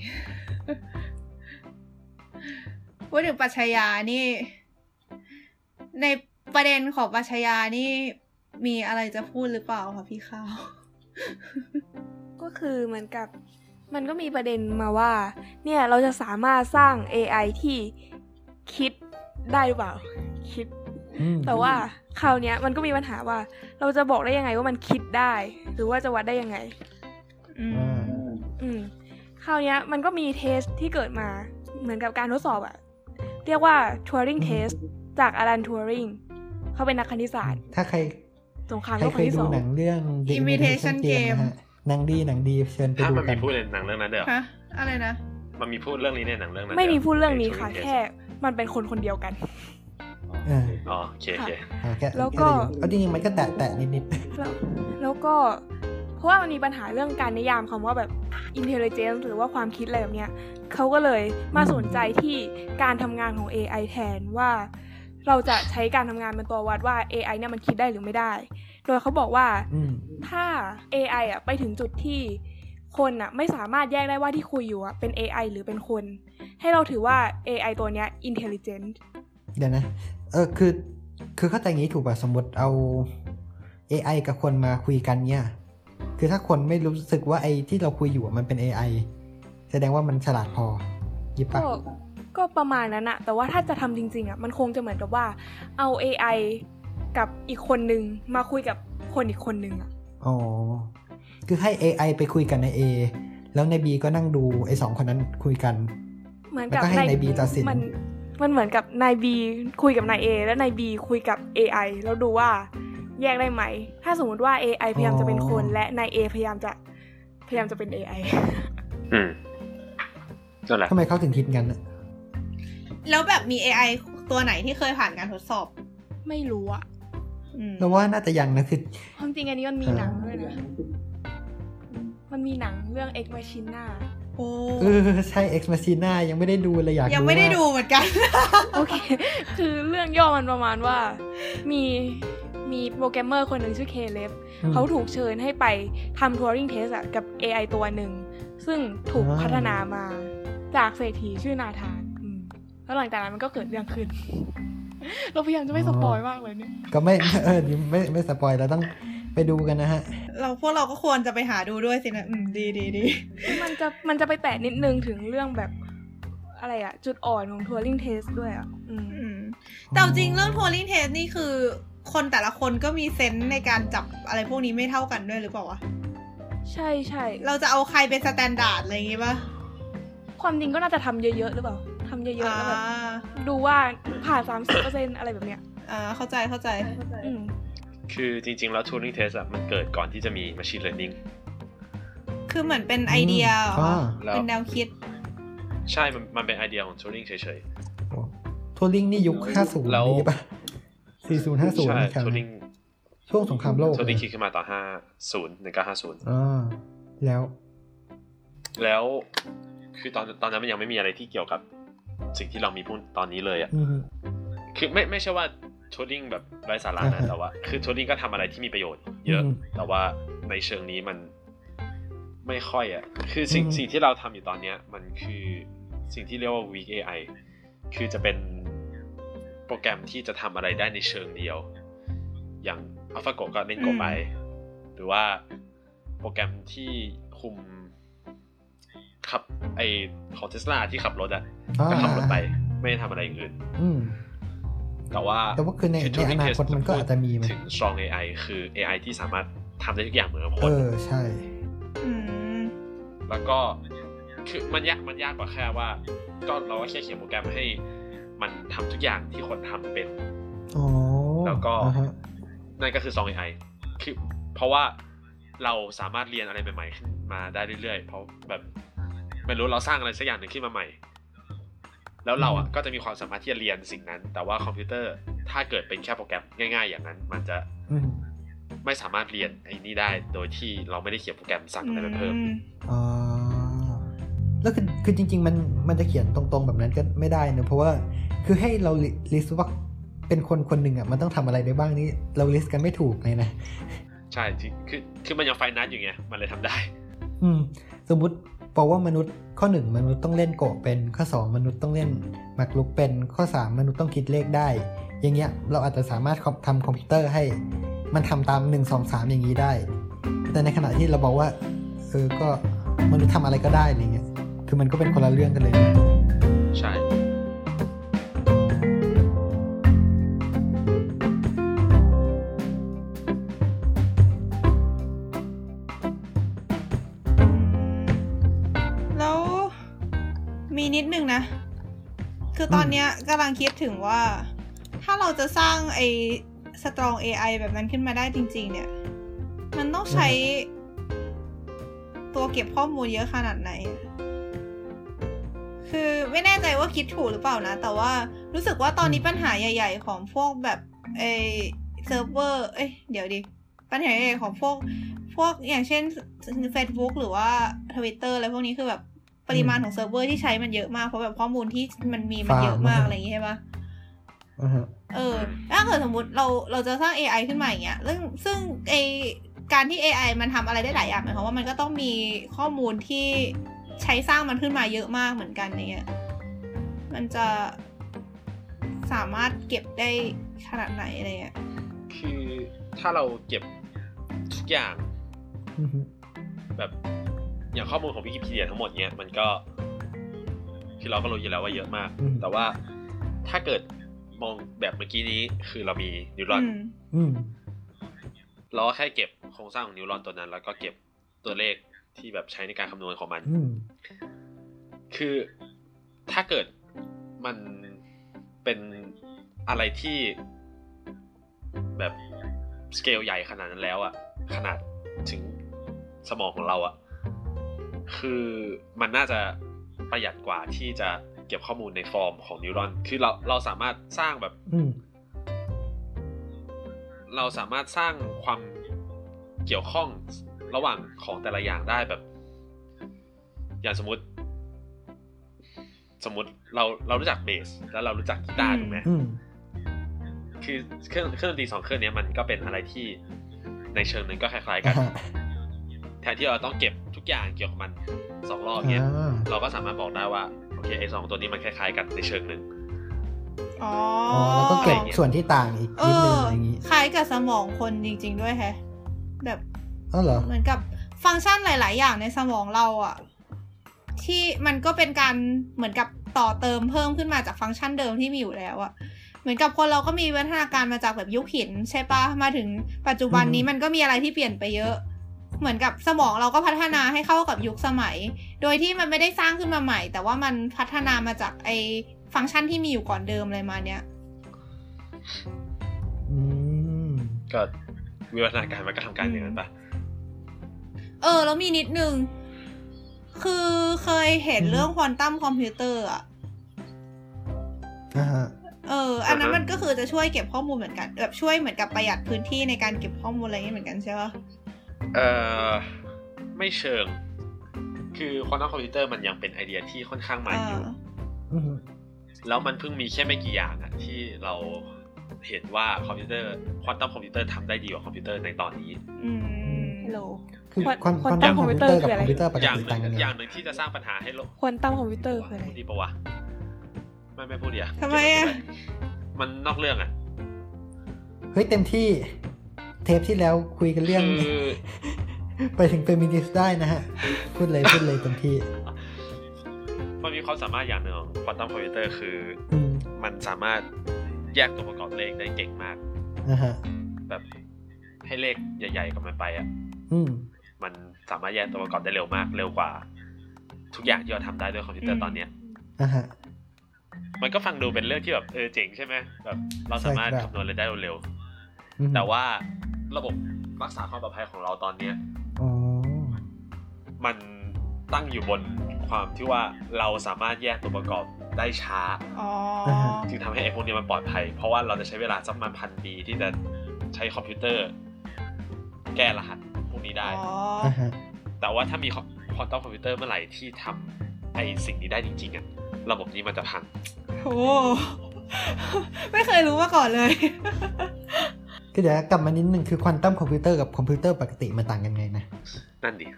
ๆว่าถึงปรัชญานี่ในประเด็นของปรัชญานี่มีอะไรจะพูดหรือเปล่าคะพี่ข้าวก็คือเหมือนกับมันก็มีประเด็นมาว่าเนี่ยเราจะสามารถสร้าง เอ ไอ ที่คิดได้หรือเปล่าคิดแต่ว่าคราวนี้มันก็มีปัญหาว่าเราจะบอกได้ยังไงว่ามันคิดได้หรือว่าจะวัดได้ยังไงอืมอืมคราวนี้มันก็มีเทสที่เกิดมาเหมือนกับการทดสอบอะเรียกว่า Turing Test จากอลัน ทูริงเขาเป็นนักคณิตศาสตร์ถ้าใครสงครามโลกครั้งที่สองใครเคยดูหนังเรื่อง The Imitation Game หนังดีหนังดีเชิญไปดูกันมันมีพูดในหนังเรื่องนั้นด้วยเหรอฮะอะไรนะมันมีพูดเรื่องนี้ในหนังเรื่องนั้นไม่มีพูดเรื่องนี้ค่ะแค่มันเป็นคนคนเดียวกันอ๋อโอเคโอเคแล้วก็เอาจริงๆมันก็แตะๆนิดๆแล้วก็เพราะว่ามันมีปัญหาเรื่องการนิยามคำว่าแบบ intelligence หรือว่าความคิดอะไรแบบเนี้ยเขาก็เลยมาสนใจที่การทำงานของ เอ ไอ แทนว่าเราจะใช้การทำงานเป็นตัววัดว่า เอ ไอ เนี่ยมันคิดได้หรือไม่ได้โดยเขาบอกว่าถ้า เอ ไอ อ่ะไปถึงจุดที่คนอ่ะไม่สามารถแยกได้ว่าที่คุยอยู่อ่ะเป็น เอ ไอ หรือเป็นคนให้เราถือว่า เอ ไอ ตัวเนี้ย intelligent เดี๋ยวนะเออคือคือเข้าใจงี้ถูกป่ะสมมติเอา เอ ไอ กับคนมาคุยกันเนี่ยคือถ้าคนไม่รู้สึกว่าไอ้ที่เราคุยอยู่มันเป็น เอ ไอ แสดงว่ามันฉลาดพอยิบปะก็ประมาณนั้นอะแต่ว่าถ้าจะทำจริงๆอะมันคงจะเหมือนกับว่าเอา เอ ไอ กับอีกคนนึงมาคุยกับคนอีกคนนึงอะอ๋อคือให้ เอ ไอ ไปคุยกันใน A แล้วใน B ก็นั่งดูไอ้สองคนนั้นคุยกันเหมือนกับใน B ตัดสินมันมันเหมือนกับนาย B คุยกับนาย A และนาย B คุยกับ เอ ไอ แล้วดูว่าแยกได้ไหมถ้าสมมติว่า เอ ไอ พยายามจะเป็นคนและนาย A พยายามจะพยายามจะเป็น เอ ไออืมนั่นแหละทำไมเขาถึงคิดงั้นอะแล้วแบบมี เอ ไอ ตัวไหนที่เคยผ่านการทดสอบไม่รู้อะเราว่าน่าจะยังนะคือความจริงอันนี้มันมีหนังด้วยนะมันมีหนังเรื่อง Ex Machina โอ้เออใช่ Ex Machina ยังไม่ได้ดูเลยอยากดูยังไม่ได้ดูเหมือนกันโอเคคือเรื่องย่อมันประมาณว่ามีมีโปรแกรมเมอร์คนหนึ่งชื่อเคเลฟเขาถูกเชิญให้ไปทำ Turing Test กับ เอ ไอ ตัวหนึ่งซึ่งถูกพัฒนามาจากเศรษฐีชื่อนาธานแล้วหลังจากนั้นมันก็เกิดเรื่องขึ้นเราพยายามจะไม่สปอยมากเลยเนี่ยก็ไม่เออไม่ไม่สปอยเราต้องไปดูกันนะฮะเราพวกเราก็ควรจะไปหาดูด้วยสินะอืมดีดีดีมันจะมันจะไปแตะนิดนึงถึงเรื่องแบบอะไรอะจุดอ่อนของ Turing Test ด้วยอะอืมแต่จริงเรื่อง Turing Test นี่คือคนแต่ละคนก็มีเซนส์ในการจับอะไรพวกนี้ไม่เท่ากันด้วยหรือเปล่าวะใช่ใช่เราจะเอาใครเป็นสแตนดาร์ดอะไรอย่างงี้ป่ะความจริงก็น่าจะทำเยอะๆหรือเปล่าทำเยอะๆแล้วแบบดูว่าผ่าน สามสิบเปอร์เซ็นต์ อะไรแบบเนี้ยอ่าเข้าใจเข้าใจคือจริงๆแล้ว Turing Test อ่ะมันเกิดก่อนที่จะมี Machine Learning คือเหมือนเป็นไอเดียเป็นแนวคิดใช่มันมันเป็นไอเดียของ Turing เฉยๆ Turing นี่ยุคห้าสิบนี่ป่ะสี่สิบ ห้าสิบใช่ Turing ช่วงสงครามโลก Turing คิดขึ้นมาตอนห้าสิบ หนึ่งพันเก้าร้อยห้าสิบอ่าแล้วแล้วคือตอนตอนนั้นมันยังไม่มีอะไรที่เกี่ยวกับสิ่งที่เรามีพูดตอนนี้เลยอ่ะคือไม่ไม่ใช่ว่าทูริ่งแบบไร้สาระนะแต่ว่าคือทูริ่งก็ทำอะไรที่มีประโยชน์เยอะแต่ว่าในเชิงนี้มันไม่ค่อยอ่ะคือสิ่งสิ่งที่เราทำอยู่ตอนนี้มันคือสิ่งที่เรียกว่า weak เอ ไอ คือจะเป็นโปรแกรมที่จะทำอะไรได้ในเชิงเดียวอย่าง AlphaGo ก็เล่น Go ไปหรือว่าโปรแกรมที่คุมขับไอของ Tesla ที่ขับรถอ่ะก็ขับรถไปไม่ได้ทำอะไรอย่างอื่นแต่ว่าแต่ว่าคือในในอนาคตมันก็อาจจะมีถึง strong เอ ไอ คือ เอ ไอ ที่สามารถทำได้ทุกอย่างเหมือนกับคนเออใช่แล้วก็คือมันยากมันยากกว่าแค่ว่าก็เราก็แค่เขียนโปรแกรมให้มันทำทุกอย่างที่คนทำเป็นอ๋อแล้วก็นั่นก็คือ strong เอ ไอ คือเพราะว่าเราสามารถเรียนอะไรใหม่ๆขึ้นมาได้เรื่อยๆเพราะแบบไม่รู้เราสร้างอะไรสักอย่างหนึ่งขึ้นมาใหม่แล้วเราอ่ะก็จะมีความสามารถที่จะเรียนสิ่งนั้นแต่ว่าคอมพิวเตอร์ถ้าเกิดเป็นแค่โปรแกรมง่ายๆอย่างนั้นมันจะไม่สามารถเรียนไอ้นี่ได้โดยที่เราไม่ได้เขียนโปรแกรมสั่งอะไรมาเพิ่มอ๋อแล้วคือคือจริงๆมันมันจะเขียนตรงๆแบบนั้นก็ไม่ได้นะเพราะว่าคือให้เราลิสต์ว่าเป็นคนคนหนึ่งอ่ะมันต้องทำอะไรได้บ้างนี่เราลิสต์กันไม่ถูกเลยนะใช่คือคือมันยังไฟนัสอยู่ไงมันเลยทำได้อืมสมมุติบอกว่ามนุษย์ข้อหนึ่งมนุษย์ต้องเล่นโกะเป็นข้อสองมนุษย์ต้องเล่นหมากรุกเป็นข้อสามมนุษย์ต้องคิดเลขได้อย่างเงี้ยเราอาจจะสามารถทำคอมพิวเตอร์ให้มันทำตามหนึ่ง สอง สามอย่างนี้ได้แต่ในขณะที่เราบอกว่าเออก็มนุษย์ทำอะไรก็ได้อะไรเงี้ยคือมันก็เป็นคนละเรื่องกันเลยใช่มีนิดนึงนะคือตอนเนี้ยกำลังคิดถึงว่าถ้าเราจะสร้างไอ้ strong เอ ไอ แบบนั้นขึ้นมาได้จริงๆเนี่ยมันต้องใช้ตัวเก็บข้อมูลเยอะขนาดไหนคือไม่แน่ใจว่าคิดถูกหรือเปล่านะแต่ว่ารู้สึกว่าตอนนี้ปัญหาใหญ่ๆของพวกแบบไอ้เซิร์ฟเวอร์เอ้ยเดี๋ยวดิปัญหาใหญ่ๆของพวกพวกอย่างเช่น Facebook หรือว่า Twitter อะไรพวกนี้คือแบบปริมาณของเซิร์ฟเวอร์ที่ใช้มันเยอะมากเพราะแบบข้อมูลที่มันมีมันเยอะมากอะไรอย่างงี้ใช่ปะเออถ้าเกิดสมมติเราเราจะสร้าง เอ ไอ ขึ้นมาอย่างเงี้ยซึ่งซึ่งไอการที่ เอ ไอ มันทำอะไรได้หลายอย่างหมายความว่ามันก็ต้องมีข้อมูลที่ใช้สร้างมันขึ้นมาเยอะมากเหมือนกันอย่างเงี้ยมันจะสามารถเก็บได้ขนาดไหนอะไรเงี้ยคือถ้าเราเก็บทุกอย่างแบบอย่างข้อมูลของ Wikipedia ทั้งหมดเนี้ยมันก็คือเราก็รู้อยู่แล้วว่าเยอะมากแต่ว่าถ้าเกิดมองแบบเมื่อกี้นี้คือเรามีนิวรอนเราแค่เก็บโครงสร้างของนิวรอนตัวนั้นแล้วก็เก็บตัวเลขที่แบบใช้ในการคำนวณของมันคือถ้าเกิดมันเป็นอะไรที่แบบสเกลใหญ่ขนาดนั้นแล้วอะขนาดถึงสมองของเราอะคือมันน่าจะประหยัดกว่าที่จะเก็บข้อมูลในฟอร์มของนิวรอนคือเราเราสามารถสร้างแบบเราสามารถสร้างความเกี่ยวข้องระหว่างของแต่ละอย่างได้แบบอย่างสมมติสมมติเราเรารู้จักเบสแล้วเรารู้จักกีตาร์ถูกไหมคือเครื่องเครื่องดนตรีสองเครื่องนี้มันก็เป็นอะไรที่ในเชิงนึงก็คล้ายๆกันแทนที่เราต้องเก็บทุกอย่างเกี่ยวกับมันสองรอบเนี้ยเราก็สามารถบอกได้ว่าโอเคไอ้สองตัวนี้มันคล้ายๆกันในเชิงนึงอ๋อแล้วก็เก็บส่วนที่ต่างอีกนิดนึงอย่างงี้คล้ายกับสมองคนจริงๆด้วยแฮะแบบอ๋อเหรอเหมือนกับฟังก์ชันหลายๆอย่างในสมองเราอ่ะที่มันก็เป็นการเหมือนกับต่อเติมเพิ่มขึ้นมาจากฟังก์ชันเดิมที่มีอยู่แล้วอ่ะเหมือนกับคนเราก็มีวิวัฒนาการมาจากแบบยุคหินใช่ปะมาถึงปัจจุบันนี้มันก็มีอะไรที่เปลี่ยนไปเยอะเหมือนกับสมองเราก็พัฒนาให้เข้ากับยุคสมัยโดยที่มันไม่ได้สร้างขึ้นมาใหม่แต่ว่ามันพัฒนามาจากไอฟังก์ชันที่มีอยู่ก่อนเดิมอะไรมาเนี้ยอืมก็วิวัฒนาการมันก็ทำการอย่างนั้นปะเออแล้วมีนิดนึงคือเคยเห็นเรื่องควอนตัมคอมพิวเตอร์อ่ะอ่าฮะเอออันนั้นมันก็คือจะช่วยเก็บข้อมูลเหมือนกันแบบช่วยเหมือนกับประหยัดพื้นที่ในการเก็บข้อมูลอะไรอย่างนี้เหมือนกันใช่ปะเออไม่เชิงคือควอนตัมคอมพิวเตอร์มันยังเป็นไอเดียที่ค่อนข้างใหม่อยู่แล้วมันเพิ่งมีแค่ไม่กี่อย่างอะที่เราเห็นว่าคอมพิวเตอร์ควอนตัมคอมพิวเตอร์ทำได้ดีกว่าคอมพิวเตอร์ในตอนนี้อืมฮัลโหลคือควอนตัมคอมพิวเตอร์กับคอมพิวเตอร์ปกอย่างติหนึ่ต่างงกันยังอไงย่างหนึ่งที่จะสร้างปัญหาให้โลกควอนตัมคอมพิวเตอร์คืออะไรพูดดีปะวะไม่ไม่พูดดีอะทำไมอะมันนอกเรื่องอะเฮ้ยเต็มที่เทปที่แล้วคุยกันเรื่องไปถึงเฟมินิสต์ได้นะฮะพูดเลยพูดเลยเต็มที่มันมีความสามารถอย่างหนึ่งของควอนตัมคอมพิวเตอร์คือมันสามารถแยกตัวประกอบเลขได้เก่งมากนะฮะแบบให้เลขใหญ่ๆกับมันไปอ่ะมันสามารถแยกตัวประกอบได้เร็วมากเร็วกว่าทุกอย่างที่เราทำได้ด้วยคอมพิวเตอร์ตอนเนี้ยนะฮะมันก็ฟังดูเป็นเรื่องที่แบบเออเจ๋งใช่ไหมแบบเราสามารถคำนวณอะไรได้เร็วๆแต่ว่าระบบรักษาความปลอดภัยของเราตอนเนี้ยมันตั้งอยู่บนความที่ว่าเราสามารถแยกตัวประกอบได้ช้าจึงทำให้ไอ้พวกนี้มันปลอดภัยเพราะว่าเราจะใช้เวลาสักประมาณพันปีที่จะใช้คอมพิวเตอร์แก้รหัสพวกนี้ได้แต่ว่าถ้ามีควอนตัมคอมพิวเตอร์เมื่อไหร่ที่ทำไอ้สิ่งนี้ได้จริงๆอ่ะระบบนี้มันจะพังโอ้ไม่เคยรู้มาก่อนเลยก็เดี๋ยวกลับมานิดนึงคือควอนตัมคอมพิวเตอร์กับคอมพิวเตอร์ปกติมันต่างกันไงนะนั่นดิ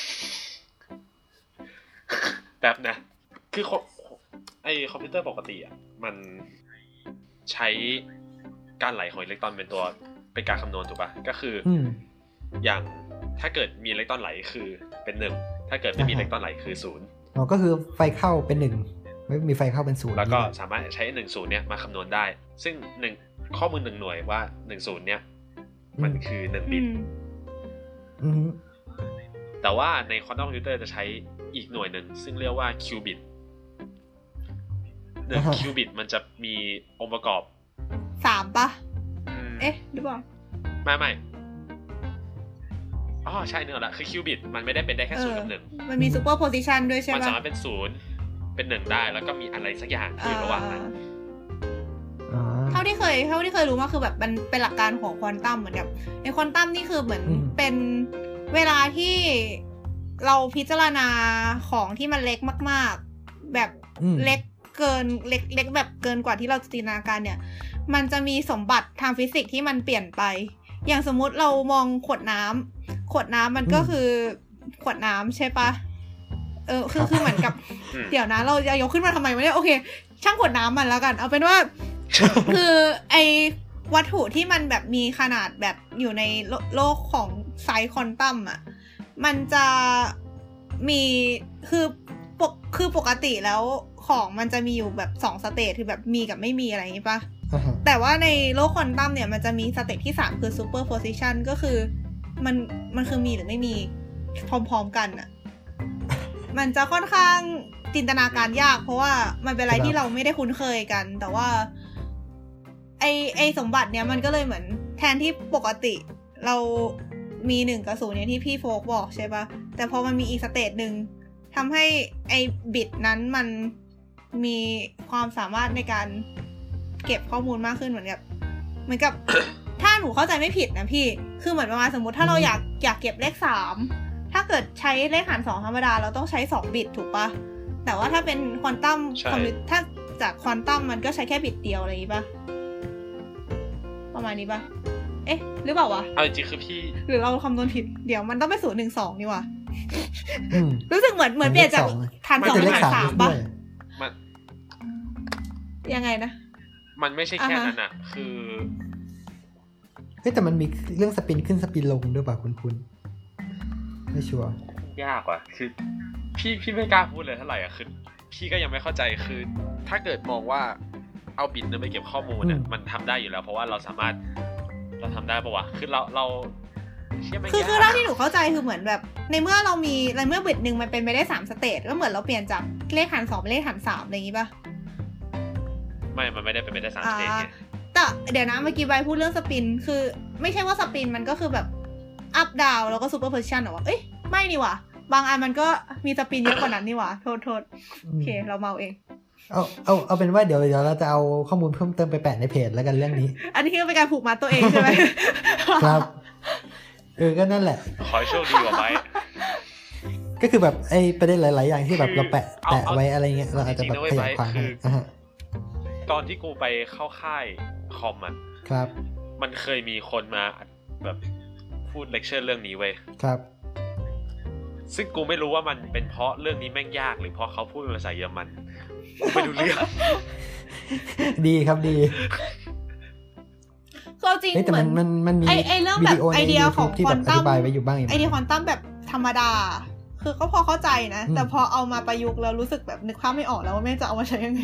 แบบนะคือไอ้คอมพิวเตอร์ปกติอ่ะมันใช้การไหลของอิเล็กตรอนเป็นตัวเป็นการคำนวณถูกป่ะก็คืออย่างถ้าเกิดมีอิเล็กตรอนไหลคือเป็นหนึ่งถ้าเกิดไม่มีอิเล็กตรอนไหลคือศูนย์อ๋อก็คือไฟเข้าเป็นหนึ่งไม่มีไฟเข้าเป็นศูนย์แล้วก็สามารถใช้หนึ่งศูนย์เนี่ยมาคำนวณได้ซึ่งหนึ่งข้อมูลหนึ่งหน่วยว่าหนึ่งศูนย์เนี่ยมันคือหนึ่งบิตแต่ว่าในควอนตัมคอมพิวเตอร์จะใช้อีกหน่วยหนึ่งซึ่งเรียกว่าคิวบิตหนึ่งคิวบิตมันจะมีองค์ประกอบสามป่ะเอ๊ะหรือเปล่าไม่ไม่อ๋อใช่เนอะละคือคิวบิตมันไม่ได้เป็นได้แค่ศูนย์กับหนึ่งมันมีซูเปอร์โพซิชันด้วยใช่ป่ะมันสามารถเป็นศูนย์เป็นหนึ่งได้แล้วก็มีอะไรสักอย่างอยู่ระหว่างนั้นเท่าที่เคยเท่าที่เคยรู้มาคือแบบมันเป็นหลักการของควอนตัมเหมือนกับในควอนตัมนี่คือเหมือนเป็นเวลาที่เราพิจารณาของที่มันเล็กมากๆแบบเล็กเกินเล็กเล็กแบบเกินกว่าที่เราจินตนาการเนี่ยมันจะมีสมบัติทางฟิสิกส์ที่มันเปลี่ยนไปอย่างสมมุติเรามองขวดน้ำขวดน้ำมันก็คือขวดน้ำใช่ปะเออคือคือเหมือนกับเดี๋ยวนะเราจะยกขึ้นมาทำไมวะเนี่ยโอเคช่างขวดน้ำมันแล้วกันเอาเป็นว่าคือไอวัตถุที่มันแบบมีขนาดแบบอยู่ในโลกของไซส์ควอนตัมอ่ะมันจะมีคือปกคือปกติแล้วของมันจะมีอยู่แบบสองสเตจคือแบบมีกับไม่มีอะไรอย่างงี้ป่ะ uh-huh. แต่ว่าในโลกควอนตัมเนี่ยมันจะมีสเตจที่สามคือซูเปอร์โพซิชันก็คือมันมันคือมีหรือไม่มีพร้อมๆกันอ่ะ มันจะค่อนข้างจินตนาการยากเพราะว่ามันเป็นอะไรที่เราไม่ได้คุ้นเคยกันแต่ว่าไอไอสมบัติเนี่ยมันก็เลยเหมือนแทนที่ปกติเรามีหนึ่งกับศูนย์เนี่ยที่พี่โฟกบอกใช่ปะแต่พอมันมีอีกสเตจหนึ่งทำให้ไอบิตนั้นมันมีความสามารถในการเก็บข้อมูลมากขึ้นเหมือนกับเหมือนกับ ถ้าหนูเข้าใจไม่ผิดนะพี่คือเหมือนประมาณสมมติถ้าเราอยากอยากเก็บเลขสามถ้าเกิดใช้เลขหารสองธรรมดาเราต้องใช้สองบิตถูกปะแต่ว่าถ้าเป็นควอนตัมคอมพิวเตอร์ถ้าจากควอนตัมมันก็ใช้แค่บิตเดียวอะไรอย่างงี้ปะประมาณนี้ปะเอ๊ะหรือเปล่าวะเอาจริงคือพี่หรือเราคำนวณผิดเดี๋ยวมันต้องไปศูนย์หนึ่งสองนี่วะรู้สึกเหมือนเหมือนเปลี่ยนจากฐานสองเป็นฐานสามปะมันยังไงนะมันไม่ใช่แค่นั้นอ่ะคือเฮ้ยแต่มันมีเรื่องสปินขึ้นสปินลงด้วยป่ะคุณคุณไม่ชัวร์ยากว่ะคือพี่พี่ไม่กล้าพูดเลยเท่าไหร่อ่ะคือพี่ก็ยังไม่เข้าใจคือถ้าเกิดมองว่าเอาบิตนึงไปเก็บข้อมูลเนี่ยมันทำได้อยู่แล้วเพราะว่าเราสามารถเราทำได้ปะวะคือเราเราคือคือเท่าที่หนูเข้าใจคือเหมือนแบบในเมื่อเรามีในเมื่อบิตนึงมันเป็นไปได้สามสเตจก็เหมือนเราเปลี่ยนจากเลขหารสองเป็นเลขหารสามอะไรอย่างงี้ป่ะไม่มันไม่ได้เป็นไปได้สามสเตจไงแต่เดี๋ยวนะเมื่อกี้ใบพูดเรื่องสปินคือไม่ใช่ว่าสปินมันก็คือแบบอัพดาวแล้วก็ซูเปอร์โพซิชันหรอวะเอ้ยไม่นี่วะบางอันมันก็มีสปินเยอะกว่านั้นนี่วะโทษโทษโอเคเราเมาเองเอาเอาเอาเป็นว่าเดี๋ยวเดี๋ยวเราจะเอาข้อมูลเพิ่มเติมไปแปะในเพจแล้วกันเรื่องนี้อันนี้คือเป็นการผูกมัดตัวเองใช่ไหมครับเออก็นั่นแหละขอให้โชคดีกว่าไหมก็คือแบบไอ้ประเด็นหลายๆอย่างที่แบบเราแปะแปะไว้อะไรเงี้ยเราอาจจะแบบขยายความให้ตอนที่กูไปเข้าค่ายคอมอ่ะครับมันเคยมีคนมาแบบพูดเลคเชอร์เรื่องนี้เว้ยครับซึ่งกูไม่รู้ว่ามันเป็นเพราะเรื่องนี้แม่งยากหรือเพราะเขาพูดเป็นภาษาเยอรมันไม่รู้เรื่องดีครับดีก็จริงเหมือนมันมันมีไอไอเรื่องแบบไอเดียของควอนตัมไว้อยู่บ้างไอเดียควอนตัมแบบธรรมดาคือก็พอเข้าใจนะแต่พอเอามาประยุกต์แล้วรู้สึกแบบนึกภาพไม่ออกแล้วว่าแม่จะเอามาใช้ยังไง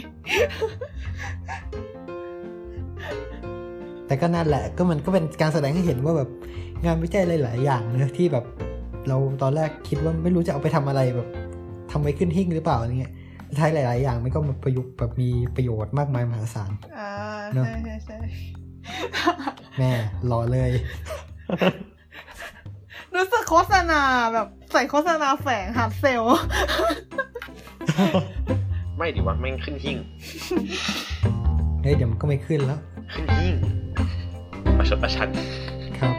แต่ก็นั่นแหละก็มันก็เป็นการแสดงให้เห็นว่าแบบงานวิจัยหลายๆอย่างเนอะที่แบบเราตอนแรกคิดว่าไม่รู้จะเอาไปทำอะไรแบบทำไว้ขึ้นหิ้งหรือเปล่าอะไรเงี้ยท้ายหลายๆอย่างมันก็มาประยุกต์แบบมีประโยชน์มากมายมหาศาลอ่าใช่ใช่ใช่แม่รอเลยรู้สึกโฆษณาแบบใส่โฆษณาแฝงฮาร์ดเซลไม่ดิว่าแม่งขึ้นหิ้งเฮ้ยเดี๋ยวมันก็ไม่ขึ้นแล้วขึ้นหิ้งประชดประชันครับ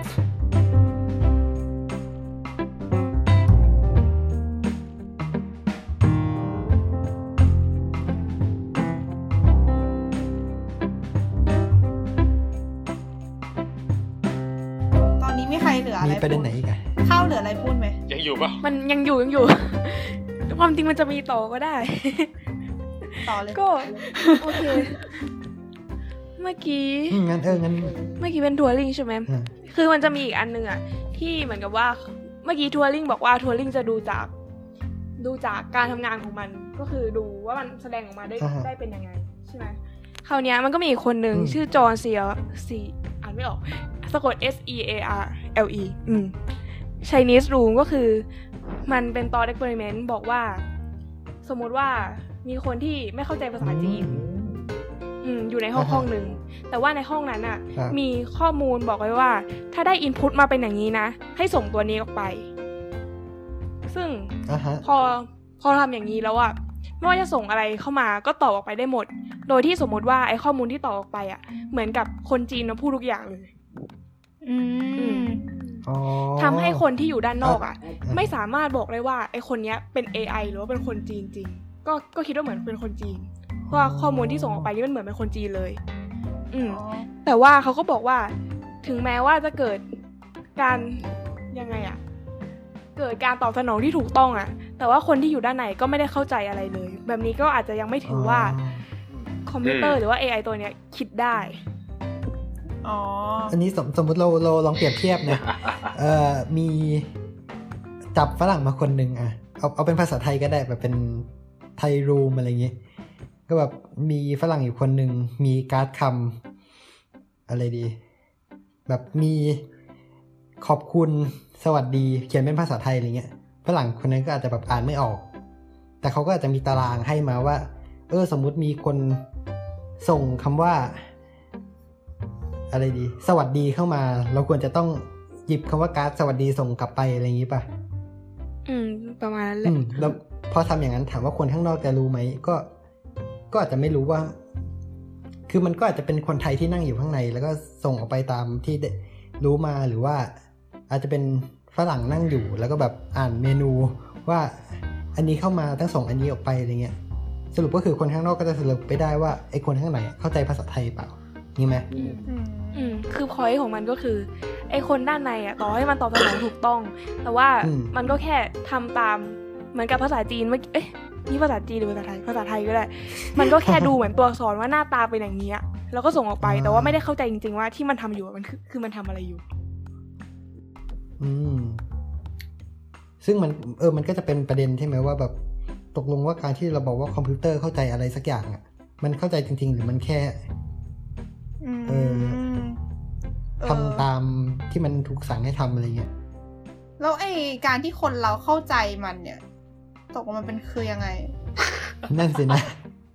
มีประเด็นไหนอีกอ่ะข้าวเหลืออะไรพูดไหมยังอยู่ป่ะมันยังอยู่ยังอยู่ความจริงมันจะมีต่อก็ได้ต่อเลยก็โอเคเมื่อกี้งั้นเอองั้นเมื่อกี้เป็นทัวริงใช่ไหมคือมันจะมีอีกอันนึงอ่ะที่เหมือนกับว่าเมื่อกี้ทัวริงบอกว่าทัวริงจะดูจากดูจากการทำงานของมันก็คือดูว่ามันแสดงออกมาได้ได้เป็นยังไงใช่ไหมคราวนี้มันก็มีอีกคนนึงชื่อจอห์นเซียซีอ่านไม่ออกสะกด S E A R L E อืม Chinese Room ก็คือมันเป็นตอน experiment บอกว่าสมมุติว่ามีคนที่ไม่เข้าใจภาษาจีนอืมอยู่ในห้องห้องนึงแต่ว่าในห้องนั้นน่ะมีข้อมูลบอกไว้ว่าถ้าได้ input มาเป็นอย่างนี้นะให้ส่งตัวนี้ออกไปซึ่ง uh-huh. พอพอทำอย่างนี้แล้วอ่ะไม่ว่าจะส่งอะไรเข้ามาก็ตอบออกไปได้หมดโดยที่สมมติว่าไอ้ข้อมูลที่ตอบออกไปอ่ะเหมือนกับคนจีนมาพูดทุกอย่างเลยอืมทำให้คนที่อยู่ด้านนอกอ่ะไม่สามารถบอกได้ว่าไอ้คนนี้เป็น เอ ไอ หรือว่าเป็นคนจีนจริงก็ก็คิดว่าเหมือนเป็นคนจีนเพราะว่าข้อมูลที่ส่งออกไปนี่มันเหมือนเป็นคนจีนเลยอืมแต่ว่าเขาก็บอกว่าถึงแม้ว่าจะเกิดการยังไงอ่ะเกิดการตอบสนองที่ถูกต้องอ่ะแต่ว่าคนที่อยู่ด้านในก็ไม่ได้เข้าใจอะไรเลยแบบนี้ก็อาจจะยังไม่ถือว่าคอมพิวเตอร์หรือว่า เอ ไอ ตัวเนี้ยคิดได้อ๋ออันนี้สมสมมติเราเราลองเปรียบเทียบนะเอ่อมีจับฝรั่งมาคนหนึ่งอ่ะเอาเอาเป็นภาษาไทยก็ได้แบบเป็นไทยรูมอะไรอย่างเงี้ยก็แบบมีฝรั่งอยู่คนหนึ่งมีการ์ดคำอะไรดีแบบมีขอบคุณสวัสดีเขียนเป็นภาษาไทยอะไรเงี้ยฝรั่งคนนั้นก็อาจจะแบบอ่านไม่ออกแต่เขาก็อาจจะมีตารางให้มาว่าเออสมมุติมีคนส่งคำว่าอะไรดีสวัสดีเข้ามาเราควรจะต้องหยิบคำว่าการ์ดสวัสดีส่งกลับไปอะไรอย่างนี้ป่ะอืมประมาณนั้นแหละอืมแล้วพอทำอย่างนั้นถามว่าคนข้างนอกจะรู้ไหมก็ก็อาจจะไม่รู้ว่าคือมันก็อาจจะเป็นคนไทยที่นั่งอยู่ข้างในแล้วก็ส่งออกไปตามที่รู้มาหรือว่าอาจจะเป็นฝรั่งนั่งอยู่แล้วก็แบบอ่านเมนูว่าอันนี้เข้ามาต้องส่งอันนี้ออกไปอะไรเงี้ยสรุปก็คือคนข้างนอกก็จะสรุปไปได้ว่าไอ้คนข้างในเข้าใจภาษาไทยเปล่านี่ไหมอืมคือพอยต์ของมันก็คือไอ้คนด้านในอ่ะต่อให้มันตอบสนองถูกต้องแต่ว่ามันก็แค่ทำตามเหมือนกับภาษาจีนเมื่อกี้เอ๊ะนี่ภาษาจีนหรือภาษาไทยภาษาไทยก็ได้มันก็แค่ดูเหมือนตัวอักษรว่าหน้าตาเป็นอย่างนี้แล้วก็ส่งออกไปแต่ว่าไม่ได้เข้าใจจริงๆว่าที่มันทำอยู่มันคือคือมันทำอะไรอยู่อืมซึ่งมันเออมันก็จะเป็นประเด็นใช่ไหมว่าแบบตกลงว่าการที่เราบอกว่าคอมพิวเตอร์เข้าใจอะไรสักอย่างอ่ะมันเข้าใจจริงๆหรือมันแค่เออทำตามที่มันถูกสั่งให้ทำอะไรเงี้ยแล้วไอ้การที่คนเราเข้าใจมันเนี่ยตกลงมันเป็นคือยังไงนั่นสินะ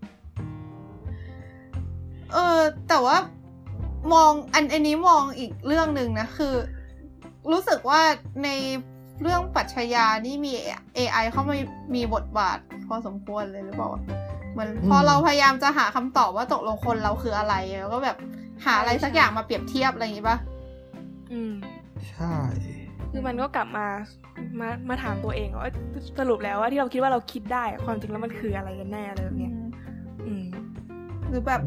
เออแต่ว่ามองอันอันนี้มองอีกเรื่องนึงนะคือรู้สึกว่าในเรื่องปรัชญานี่มี เอ ไอ เข้ามามีบทบาทพอสมควรเลยหรือเปล่าเหมือนพอเราพยายามจะหาคำตอบว่าตกลงคนเราคืออะไรแล้วก็แบบหาอะไรสักอย่างมาเปรียบเทียบอะไรอย่างงี้ป่ะอืมใช่คือมันก็กลับมามามาถามตัวเองว่าสรุปแล้วว่าที่เราคิดว่าเราคิดได้ความจริงแล้วมันคืออะไรกันแน่อะไรแบบเนี้ยอืมหรือแบบ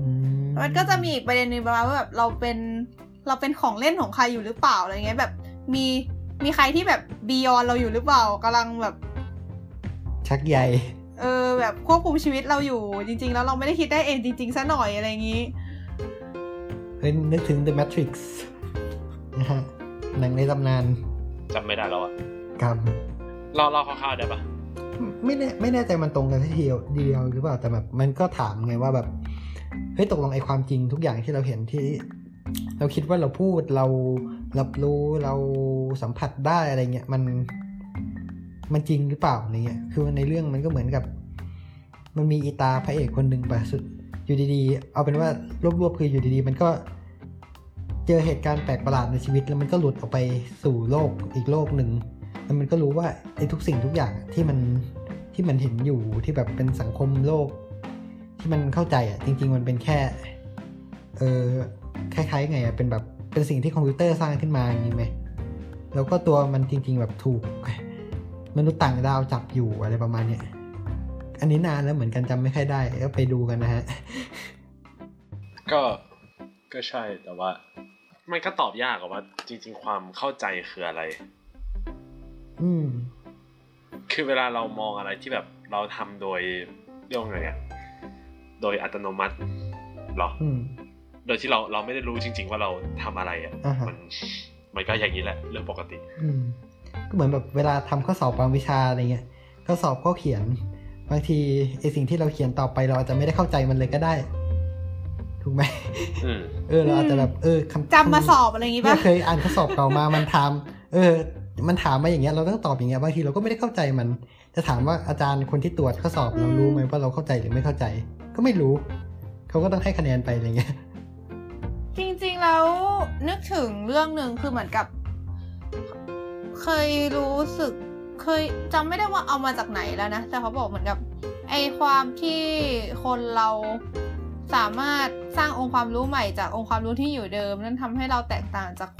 มันก็จะมีอีกประเด็นนึงประมาณว่าแบบเราเป็นเราเป็นของเล่นของใครอยู่หรือเปล่าอะไรเงี้ยแบบมีมีใครที่แบบบียอนเราอยู่หรือเปล่ากำลังแบบชักใยเออแบบควบคุมชีวิตเราอยู่จริงๆแล้วเราไม่ได้คิดได้เองจริงๆซะหน่อยอะไรอย่างงี้เฮ้ยนึกถึง The Matrix นะฮะหนังในตำนานจำไม่ได้แล้วอ่ะครับเราเราคร่าวๆได้ปะไม่แน่ไม่แน่ใจมันตรงกันทีเดียวเดียวหรือเปล่าแต่แบบมันก็ถามไงว่าแบบเฮ้ยตกลงไอ้ความจริงทุกอย่างที่เราเห็นที่เราคิดว่าเราพูดเรารับรู้เราสัมผัสได้อะไรเงี้ยมันมันจริงหรือเปล่าอะไรเงี้ยคือในเรื่องมันก็เหมือนกับมันมีอีตาพระเอกคนหนึ่งไปสุดอยู่ดีๆเอาเป็นว่ารวบๆคืออยู่ดีๆมันก็เจอเหตุการณ์แปลกประหลาดในชีวิตแล้วมันก็หลุดออกไปสู่โลกอีกโลกหนึ่งแล้วมันก็รู้ว่าไอ้ทุกสิ่งทุกอย่างที่มันที่มันเห็นอยู่ที่แบบเป็นสังคมโลกที่มันเข้าใจอ่ะจริงๆมันเป็นแค่เออคล้ายๆไงอ่ะเป็นแบบเป็นสิ่งที่คอมพิวเตอร์สร้างขึ้นมาอย่างนี้ไหมแล้วก็ตัวมันจริงๆแบบถูกมนุษย์ต่างดาวจับอยู่อะไรประมาณเนี้ยอันนี้นานแล้วเหมือนกันจำไม่ค่อยได้ก็ไปดูกันนะฮะก็ก็ใช่แต่ว่ามันก็ตอบยากอะว่าจริงๆความเข้าใจคืออะไรอืมคือเวลาเรามองอะไรที่แบบเราทำโดยเรียกว่าไงอะโดยอัตโนมัติหรอโดยที่เราเราไม่ได้รู้จริงๆว่าเราทำอะไรอะมันมันก็อย่างนี้แหละเรื่องปกติอืมก็เหมือนแบบเวลาทำข้อสอบบางวิชาอะไรเงี้ยข้อสอบข้อเขียนบางทีไอสิ่งที่เราเขียนต่อไปเราอาจจะไม่ได้เข้าใจมันเลยก็ได้ถูกไหมเออเราอาจจะแบบเออคำจำมาสอบอะไรอย่างงี้ป่ะเคยอ่านข้อสอบเก่ามามันถามเออมันถามมาอย่างเงี้ยเราต้องตอบอย่างเงี้ยบางทีเราก็ไม่ได้เข้าใจมันจะถามว่าอาจารย์คนที่ตรวจข้อสอบเรารู้ไหมว่าเราเข้าใจหรือไม่เข้าใจก็ไม่รู้เขาก็ต้องให้คะแนนไปอะไรเงี้ยจริงๆแล้วนึกถึงเรื่องนึงคือเหมือนกับเคยรู้สึกเคยจำไม่ได้ว่าเอามาจากไหนแล้วนะแต่เขาบอกเหมือนกับไอความที่คนเราสามารถสร้างองค์ความรู้ใหม่จากองค์ความรู้ที่อยู่เดิมนั่นทำให้เราแตกต่างจาก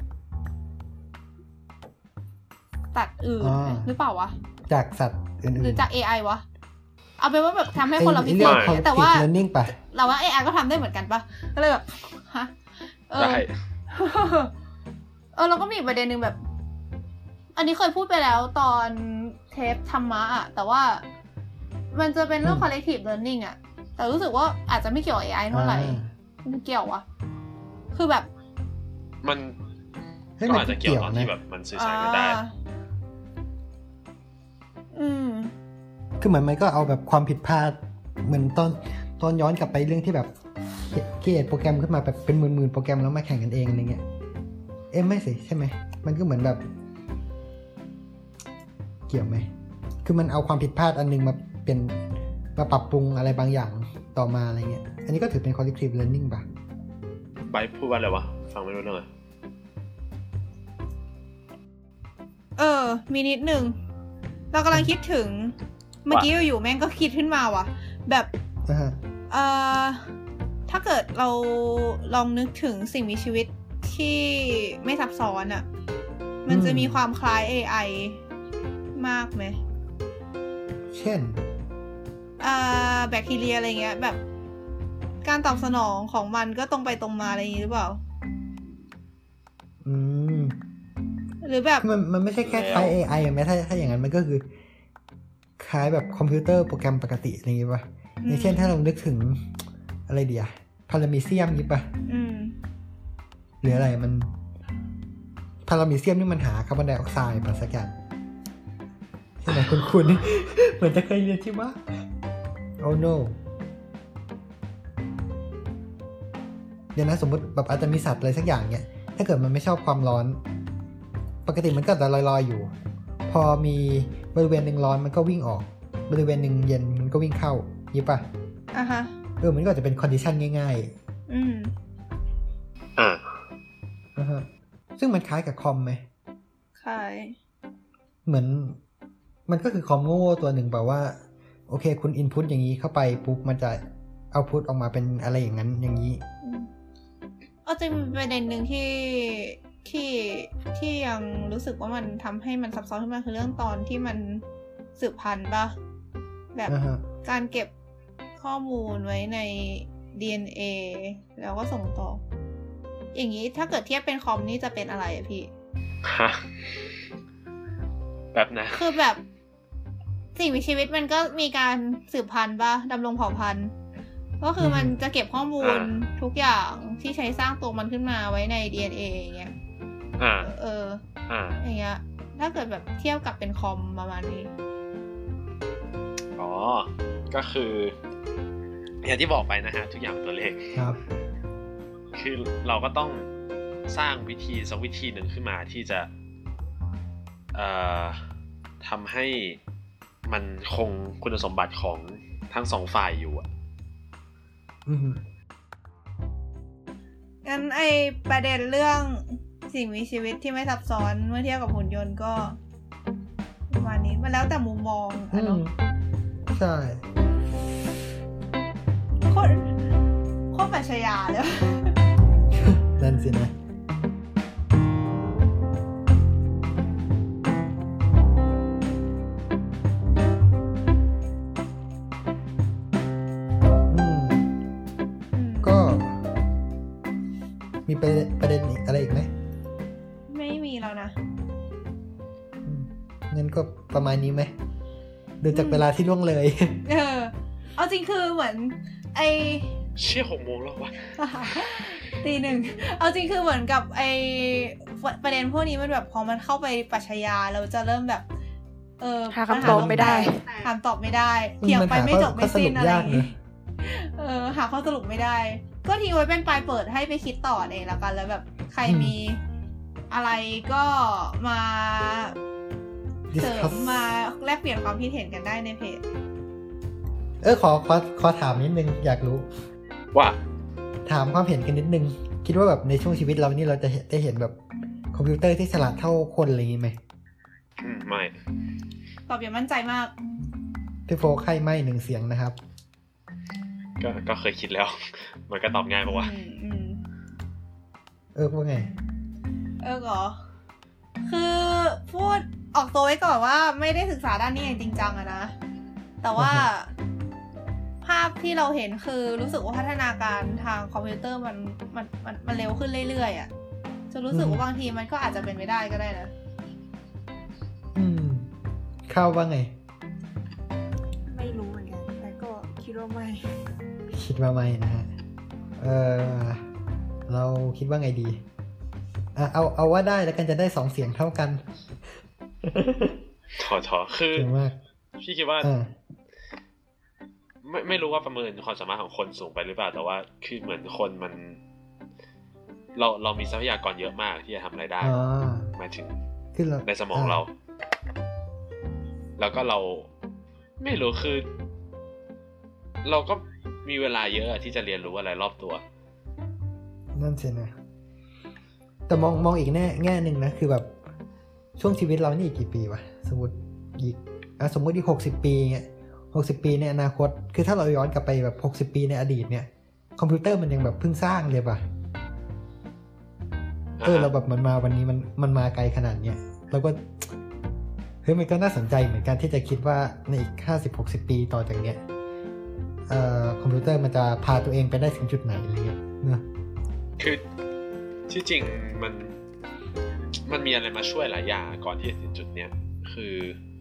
สัตว์อื่นหรือเปล่าวะจากสัตว์อื่นหรือจาก เอ ไอ วะเอาเป็นว่าแบบทำให้คนเราพิเศษแต่ว่าเราว่า เอ ไอ ก็ทำได้เหมือนกันปะก็เลยแบบฮะเออเออเราก็มีประเด็นนึงแบบอันนี้เคยพูดไปแล้วตอนเทปธรรมะอ่ะแต่ว่ามันจะเป็นเรื่อง collective learning อ่ะแต่รู้สึกว่าอาจจะไม่เกี่ยวกับ เอ ไอ เท่าไหร่ไม่เกี่ยววะคือแบบมันก็อาจจะเกี่ยวตอนที่แบบมันสื่อสารกันได้อืมคือเหมือนมันก็เอาแบบความผิดพลาดเหมือนตอนตอนย้อนกลับไปเรื่องที่แบบเขียนโปรแกรมขึ้นมาแบบเป็นหมื่นๆโปรแกรมแล้วมาแข่งกันเองอะไรเงี้ยเอ๊ะไม่สิใช่ไหมมันก็เหมือนแบบเกี่ยวไหมคือมันเอาความผิดพลาดอันนึงมาเป็นมาปรับปรุงอะไรบางอย่างต่อมาอะไรเงี้ยอันนี้ก็ถือเป็น collective learning ป่ะใบพูดว่าอะไรวะฟังไม่รู้เรื่องเลยเออมีนิดนึงเรากำลังคิดถึงเมื่อกี้อยู่ๆแม่งก็คิดขึ้นมาว่ะแบบเอ่อถ้าเกิดเราลองนึกถึงสิ่งมีชีวิตที่ไม่ซับซ้อนอ่ะมันจะมีความคล้าย เอ ไอ มากไหมเช่นอ่าแบคทีเรียอะไรเงี้ยแบบการตอบสนองของมันก็ตรงไปตรงมาอะไรอย่างนี้หรือเปล่าอืมหรือแบบมันมันไม่ใช่แค่คล้าย เอ ไอ อ่ะแม้ถ้าถ้าอย่างนั้นมันก็คือคล้ายแบบคอมพิวเตอร์โปรแกรมปกติอะไรอย่างงี้ป่ะอย่างเช่นถ้าเรานึกถึงอะไรเดียพารามีเซียมนี่ป่ะอืมหรืออะไรมันพารามีเซียมนี่มันหาคาร์บอนไดออกไซด์ป่ะสักอย่างใช่ไหมคุณคุณเหมือนจะเคยเรียนที่ว่า oh no เดี๋ยวนะสมมติแบบอาจจะมีสัตว์อะไรสักอย่างเนี่ยถ้าเกิดมันไม่ชอบความร้อนปกติมันก็จะลอยๆอยู่พอมีบริเวณหนึ่งร้อนมันก็วิ่งออกบริเวณหนึ่งเย็นมันก็วิ่งเข้ายี่ป่ะอ่าฮะเออมันก็จะเป็นคอนดิชันง่ายๆอืมอ่าอ่าฮะซึ่งมันคล้ายกับคอมไหมคล้ายเหมือนมันก็คือคอมโง่ตัวหนึ่งแบบว่าโอเคคุณอินพุตอย่างนี้เข้าไปปุ๊บมันจะเอาพุตออกมาเป็นอะไรอย่างนั้นอย่างนี้เอาจริงประเด็นหนึ่งที่ที่ที่ยังรู้สึกว่ามันทำให้มันซับซ้อนขึ้นมาคือเรื่องตอนที่มันสืบพันธุ์ป่ะแบบ uh-huh. การเก็บข้อมูลไว้ในดี เอ็น เอ แล้วก็ส่งต่ออย่างนี้ถ้าเกิดเทียบเป็นคอมนี่จะเป็นอะไรอะพี่ฮะแบบนะคือแบบสิ่งมีชีวิตมันก็มีการสืบพันธุ์ป่ะดำรงเผ่าพันธุ์ก็คือมันจะเก็บข้อมูลทุกอย่างที่ใช้สร้างตัวมันขึ้นมาไว้ใน ดี เอ็น เอ อย่างเงี้ยอ่าเอออ่าอย่างเงี้ยถ้าเกิดแบบเทียบกับเป็นคอมประมาณนี้อ๋อก็คืออย่างที่บอกไปนะฮะทุกอย่างตัวเลขครับคือเราก็ต้องสร้างวิธีสักวิธีหนึ่งขึ้นมาที่จะเอ่อทำให้มันคงคุณสมบัติของทั้งสองฝ่ายอยู่อ่ะอืมงั้นไอประเด็นเรื่องสิ่งมีชีวิตที่ไม่ซับซ้อนเมื่อเทียบกับหุ่นยนต์ก็ประมาณนี้มันแล้วแต่มุมมองอ่ะเนาะใช่โคตรโคตรปรัชญาเลยนั่นสินะก็มีประเด็นอะไรอีกไหมไม่มีแล้วนะงั้นก็ประมาณนี้ไหมดูจากเวลาที่ล่วงเลยเออเอาจริงคือเหมือนไอเชี่ยหกโมงแล้ววะตีหนึ่งเอาจริงคือเหมือนกับไอประเด็นพวกนี้มันแบบพอมันเข้าไปปรัชญาเราจะเริ่มแบบเออหาคำตอบไม่ได้หาตอบไม่ได้เถียงไปไม่จบไม่สิ้นอะไรเออหาข้อสรุปไม่ได้ก็ทิ้งไว้เป็นปลายเปิดให้ไปคิดต่อเองแล้วกันแล้วแบบใครมีอะไรก็มาเสริมมาแลกเปลี่ยนความคิดเห็นกันได้ในเพจเออขอขอขอถามนิดนึงอยากรู้ว่าถามความเห็นกันนิดนึงคิดว่าแบบในช่วงชีวิตเรานี่เราจะได้เห็นแบบคอมพิวเตอร์ที่ฉลาดเท่าคนอะไรอย่างงี้ไหมอืมไม่ตอบอย่างมั่นใจมากพี่โฟใครไม่หนึ่งเสียงนะครับก็ก็เคยคิดแล้วมันก็ตอบง่ายป่ะวะเออว่าไงเออเหรอคือพูดออกตัวไว้ก่อนว่าไม่ได้ศึกษาด้านนี้อย่างจริงจังอะนะแต่ว่าภาพที่เราเห็นคือรู้สึกว่าพัฒนาการทางคอมพิวเตอร์มันมันมันมันเร็วขึ้นเรื่อยๆอ่ะจะรู้สึกว่าบางทีมันก็อาจจะเป็นไม่ได้ก็ได้นะอืมเข้าว่าไงไม่รู้เหมือนกันแต่ก็คิดว่าไม่คิดว่าไม่นะฮะเออเราคิดว่าไงดีอ่ะเอาเอาว่าได้แล้วกันจะได้สองเสียงเท่ากันถอถอคือพี่คิดว่าไม่ไม่รู้ว่าประเมินความสามารถของคนสูงไปหรือเปล่าแต่ว่าคือเหมือนคนมันเราเรามีทรัพยากรเยอะมากที่จะทำอะไรได้หมายถึงในสมองเราแล้วก็เราไม่รู้คือเราก็มีเวลาเยอะที่จะเรียนรู้อะไรรอบตัวนั่นสินะแต่มองมองอีกแง่แง่นึงนะคือแบบช่วงชีวิตเรานี่อีกกี่ปีวะสมมติอีกอ่ะสมมติอีกหกสิบปีเงี้ยหกสิบปีในอนาคตคือถ้าเราย้อนกลับไปแบบหกสิบปีในอดีตเนี่ยคอมพิวเตอร์มันยังแบบเพิ่งสร้างเลยป่ะเออเราแบบมันมาวันนี้มันมันมาไกลขนาดเนี้ยเราก็เฮ้ยมันก็น่าสนใจเหมือนกันที่จะคิดว่าในอีกห้าสิบ หกสิบปีต่อจากเนี้ยเอ่อคอมพิวเตอร์มันจะพาตัวเองไปได้ถึงจุดไหนอะไรเงี้ยเนอะคือที่จริงมันมันมีอะไรมาช่วยหลายอย่างก่อนที่จะถึงจุดเนี้ยคือ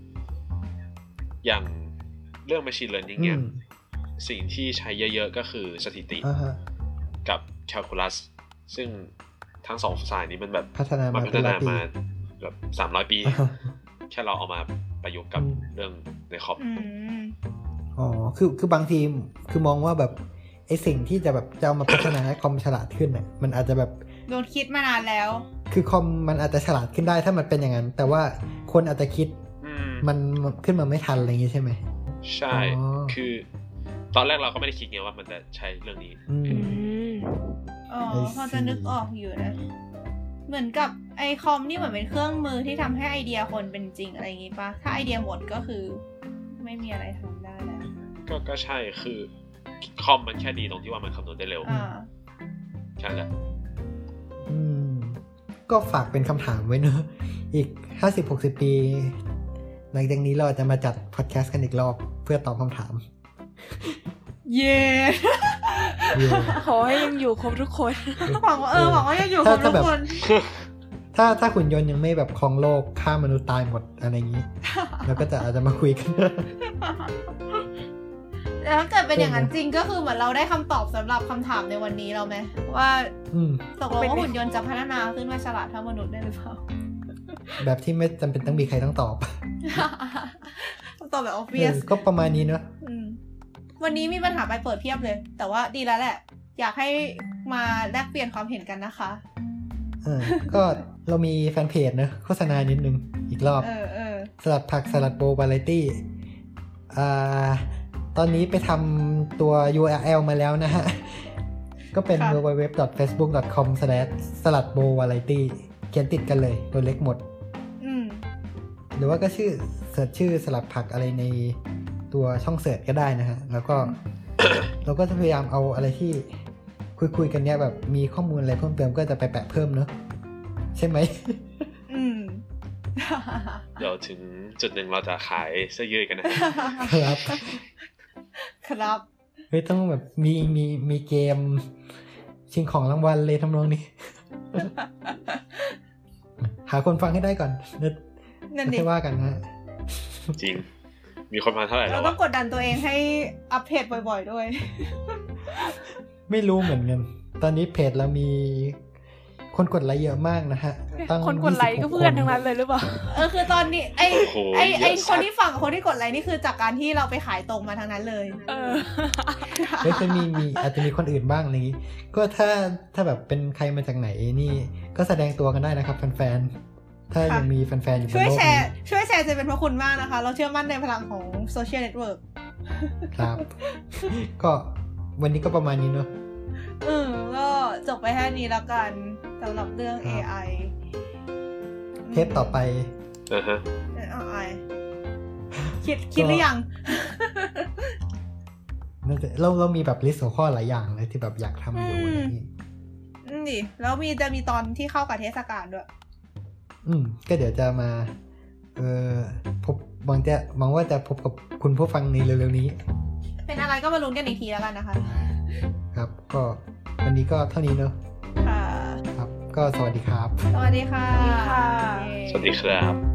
อย่างเรื่อง machine learning เนี่ยสิ่งที่ใช้เยอะๆก็คือสถิติ uh-huh. กับ calculus ซึ่งทั้งสองสายนี้มันแบบพัฒนามาพัฒนามาแบบสามร้อยปี uh-huh. แค่เราเอามาประยุกต์กับเรื่องในคอมอ๋อคือคือบางทีคือมองว่าแบบไอ้สิ่งที่จะแบบจะเอามาพัฒนาให้คอมฉลาดขึ้นน่ะมันอาจจะแบบโดนคิดมานานแล้วคือคอมมันอาจจะฉลาดขึ้นได้ถ้ามันเป็นอย่างนั้นแต่ว่าคนอาจจะคิดมันขึ้นมาไม่ทันอะไรอย่างงี้ใช่ไหมใช่คือตอนแรกเราก็ไม่ได้คิดไงว่ามันจะใช้เรื่องนี้อ๋อพอจะนึกออกอยู่นะเหมือนกับไอคอมนี่เหมือนเป็นเครื่องมือที่ทำให้ไอเดียคนเป็นจริงอะไรอย่างงี้ป่ะถ้าไอเดียหมดก็คือไม่มีอะไรทำได้แล้วก็ก็ใช่คือคอมมันแค่ดีตรงที่ว่ามันคำนวณได้เร็วใช่แหละอืมก็ฝากเป็นคำถามไว้เนอะอีก ห้าสิบ หกสิบ ปีหลังจากนี้เราจะมาจัดพอดแคสต์กันอีกรอบเพื่อตอบคำถามเย้เขอให้ยังอยู่ครบทุกคนหวังว่าเออหวังว่ายังอยู่ครบทุกคนถ้าถ้าหุ่นยนต์ยังไม่แบบครองโลกฆ่ามนุษย์ตายหมดอะไรอย่างนี้ แล้วก็จะอาจจะมาคุยกันแล้วถ้าเกิดเป็นอย่างนั้นจริงก็คือเหมือนเราได้คำตอบสำหรับคำถามในวันนี้เราไหมว่าตกลงว่าหุ่นยนต์จะพัฒนาขึ้นมาฉลาดเท่ามนุษย์ได้หรือเปล่าแบบที่ไม่จำเป็นต้องมีใครต้องตอบตอบแบบ obvious ก็ประมาณนี้เนอะวันนี้มีปัญหาไปเปิดเพียบเลยแต่ว่าดีแล้วแหละอยากให้มาแลกเปลี่ยนความเห็นกันนะคะเออก็เรามีแฟนเพจเนอะโฆษณานิดนึงอีกรอบสลัดผักสลัดโบว์วาไรตี้อ่าตอนนี้ไปทำตัว ยู อาร์ แอล มาแล้วนะฮะก็เป็น ดับเบิลยู ดับเบิลยู ดับเบิลยู ดอท เฟซบุ๊ก ดอท คอม สแลช สลัดโบว์วาไรตี้ เขียนติดกันเลยตัวเล็กหมดหรือว่าก็ชื่อเสิร์ชชื่อสลัดผักอะไรในตัวช่องเสิร์ชก็ได้นะฮะแล้วก็ เราก็จะพยายามเอาอะไรที่คุยๆกันเนี้ยแบบมีข้อมูลอะไรเพิ่มเติมก็จะไปแปะเพิ่มเนอะใช่ไหมอืมเดี๋ยวถึงจุดหนึ่งเราจะขายเสื้อยืดกันนะครับครับเฮ้ยต้องแบบมีมีมีเกมชิงของรางวัลเลยทำนองนี้ หาคนฟังให้ได้ก่อนนั่นไม่ใช่ว่ากันนะจริงมีคนฟังเท่าไหร่แล้วเราต้องกดดันตัวเองให้อัปเดตบ่อยๆด้วยไม่รู้เหมือนกันตอนนี้เพจเรามีคนกดไลค์เยอะมากนะฮะตั้งคนกดไลค์ก็เพื่อนทั้งนั้นเลยหรือเปล่าเออคือตอนนี้ไอไอไอคนที่ฟังกับคนที่กดไลค์นี่คือจากการที่เราไปขายตรงมาทั้งนั้นเลยเออเฮ้ยจะมีมีอาจจะมีคนอื่นบ้างอะไรอย่างงี้ก็ถ้าถ้าแบบเป็นใครมาจากไหนนี่ก็แสดงตัวกันได้นะครับแฟนๆถ้ายังมีแฟนๆอยู่บนโลกช่วยแชร์ช่วยแชร์จะเป็นพระคุณมากนะคะเราเชื่อมั่นในพลังของโซเชียลเน็ตเวิร์กครับก็วันนี้ก็ประมาณนี้เนอะอืมก็จบไปแค่นี้แล้วกันสำหรับเรื่อง เอ ไอเทปต่อไปอือฮะเอ ไอ คิดคิดหรือยังเราเรามีแบบลิสต์หัวข้อหลายอย่างเลยที่แบบอยากทำอยู่นี่นี่แล้วมีจะมีตอนที่เข้ากับเทศกาลด้วยอืมก็เดี๋ยวจะมาเอ่อพบหวังจะหวังว่าจะพบกับคุณผู้ฟังในเร็วๆนี้เป็นอะไรก็มาลุ้นกันอีกทีแล้วกันนะคะครับก็วันนี้ก็เท่านี้เนอะค่ะครับก็สวัสดีครับสวัสดีค่ะสวัสดีครับ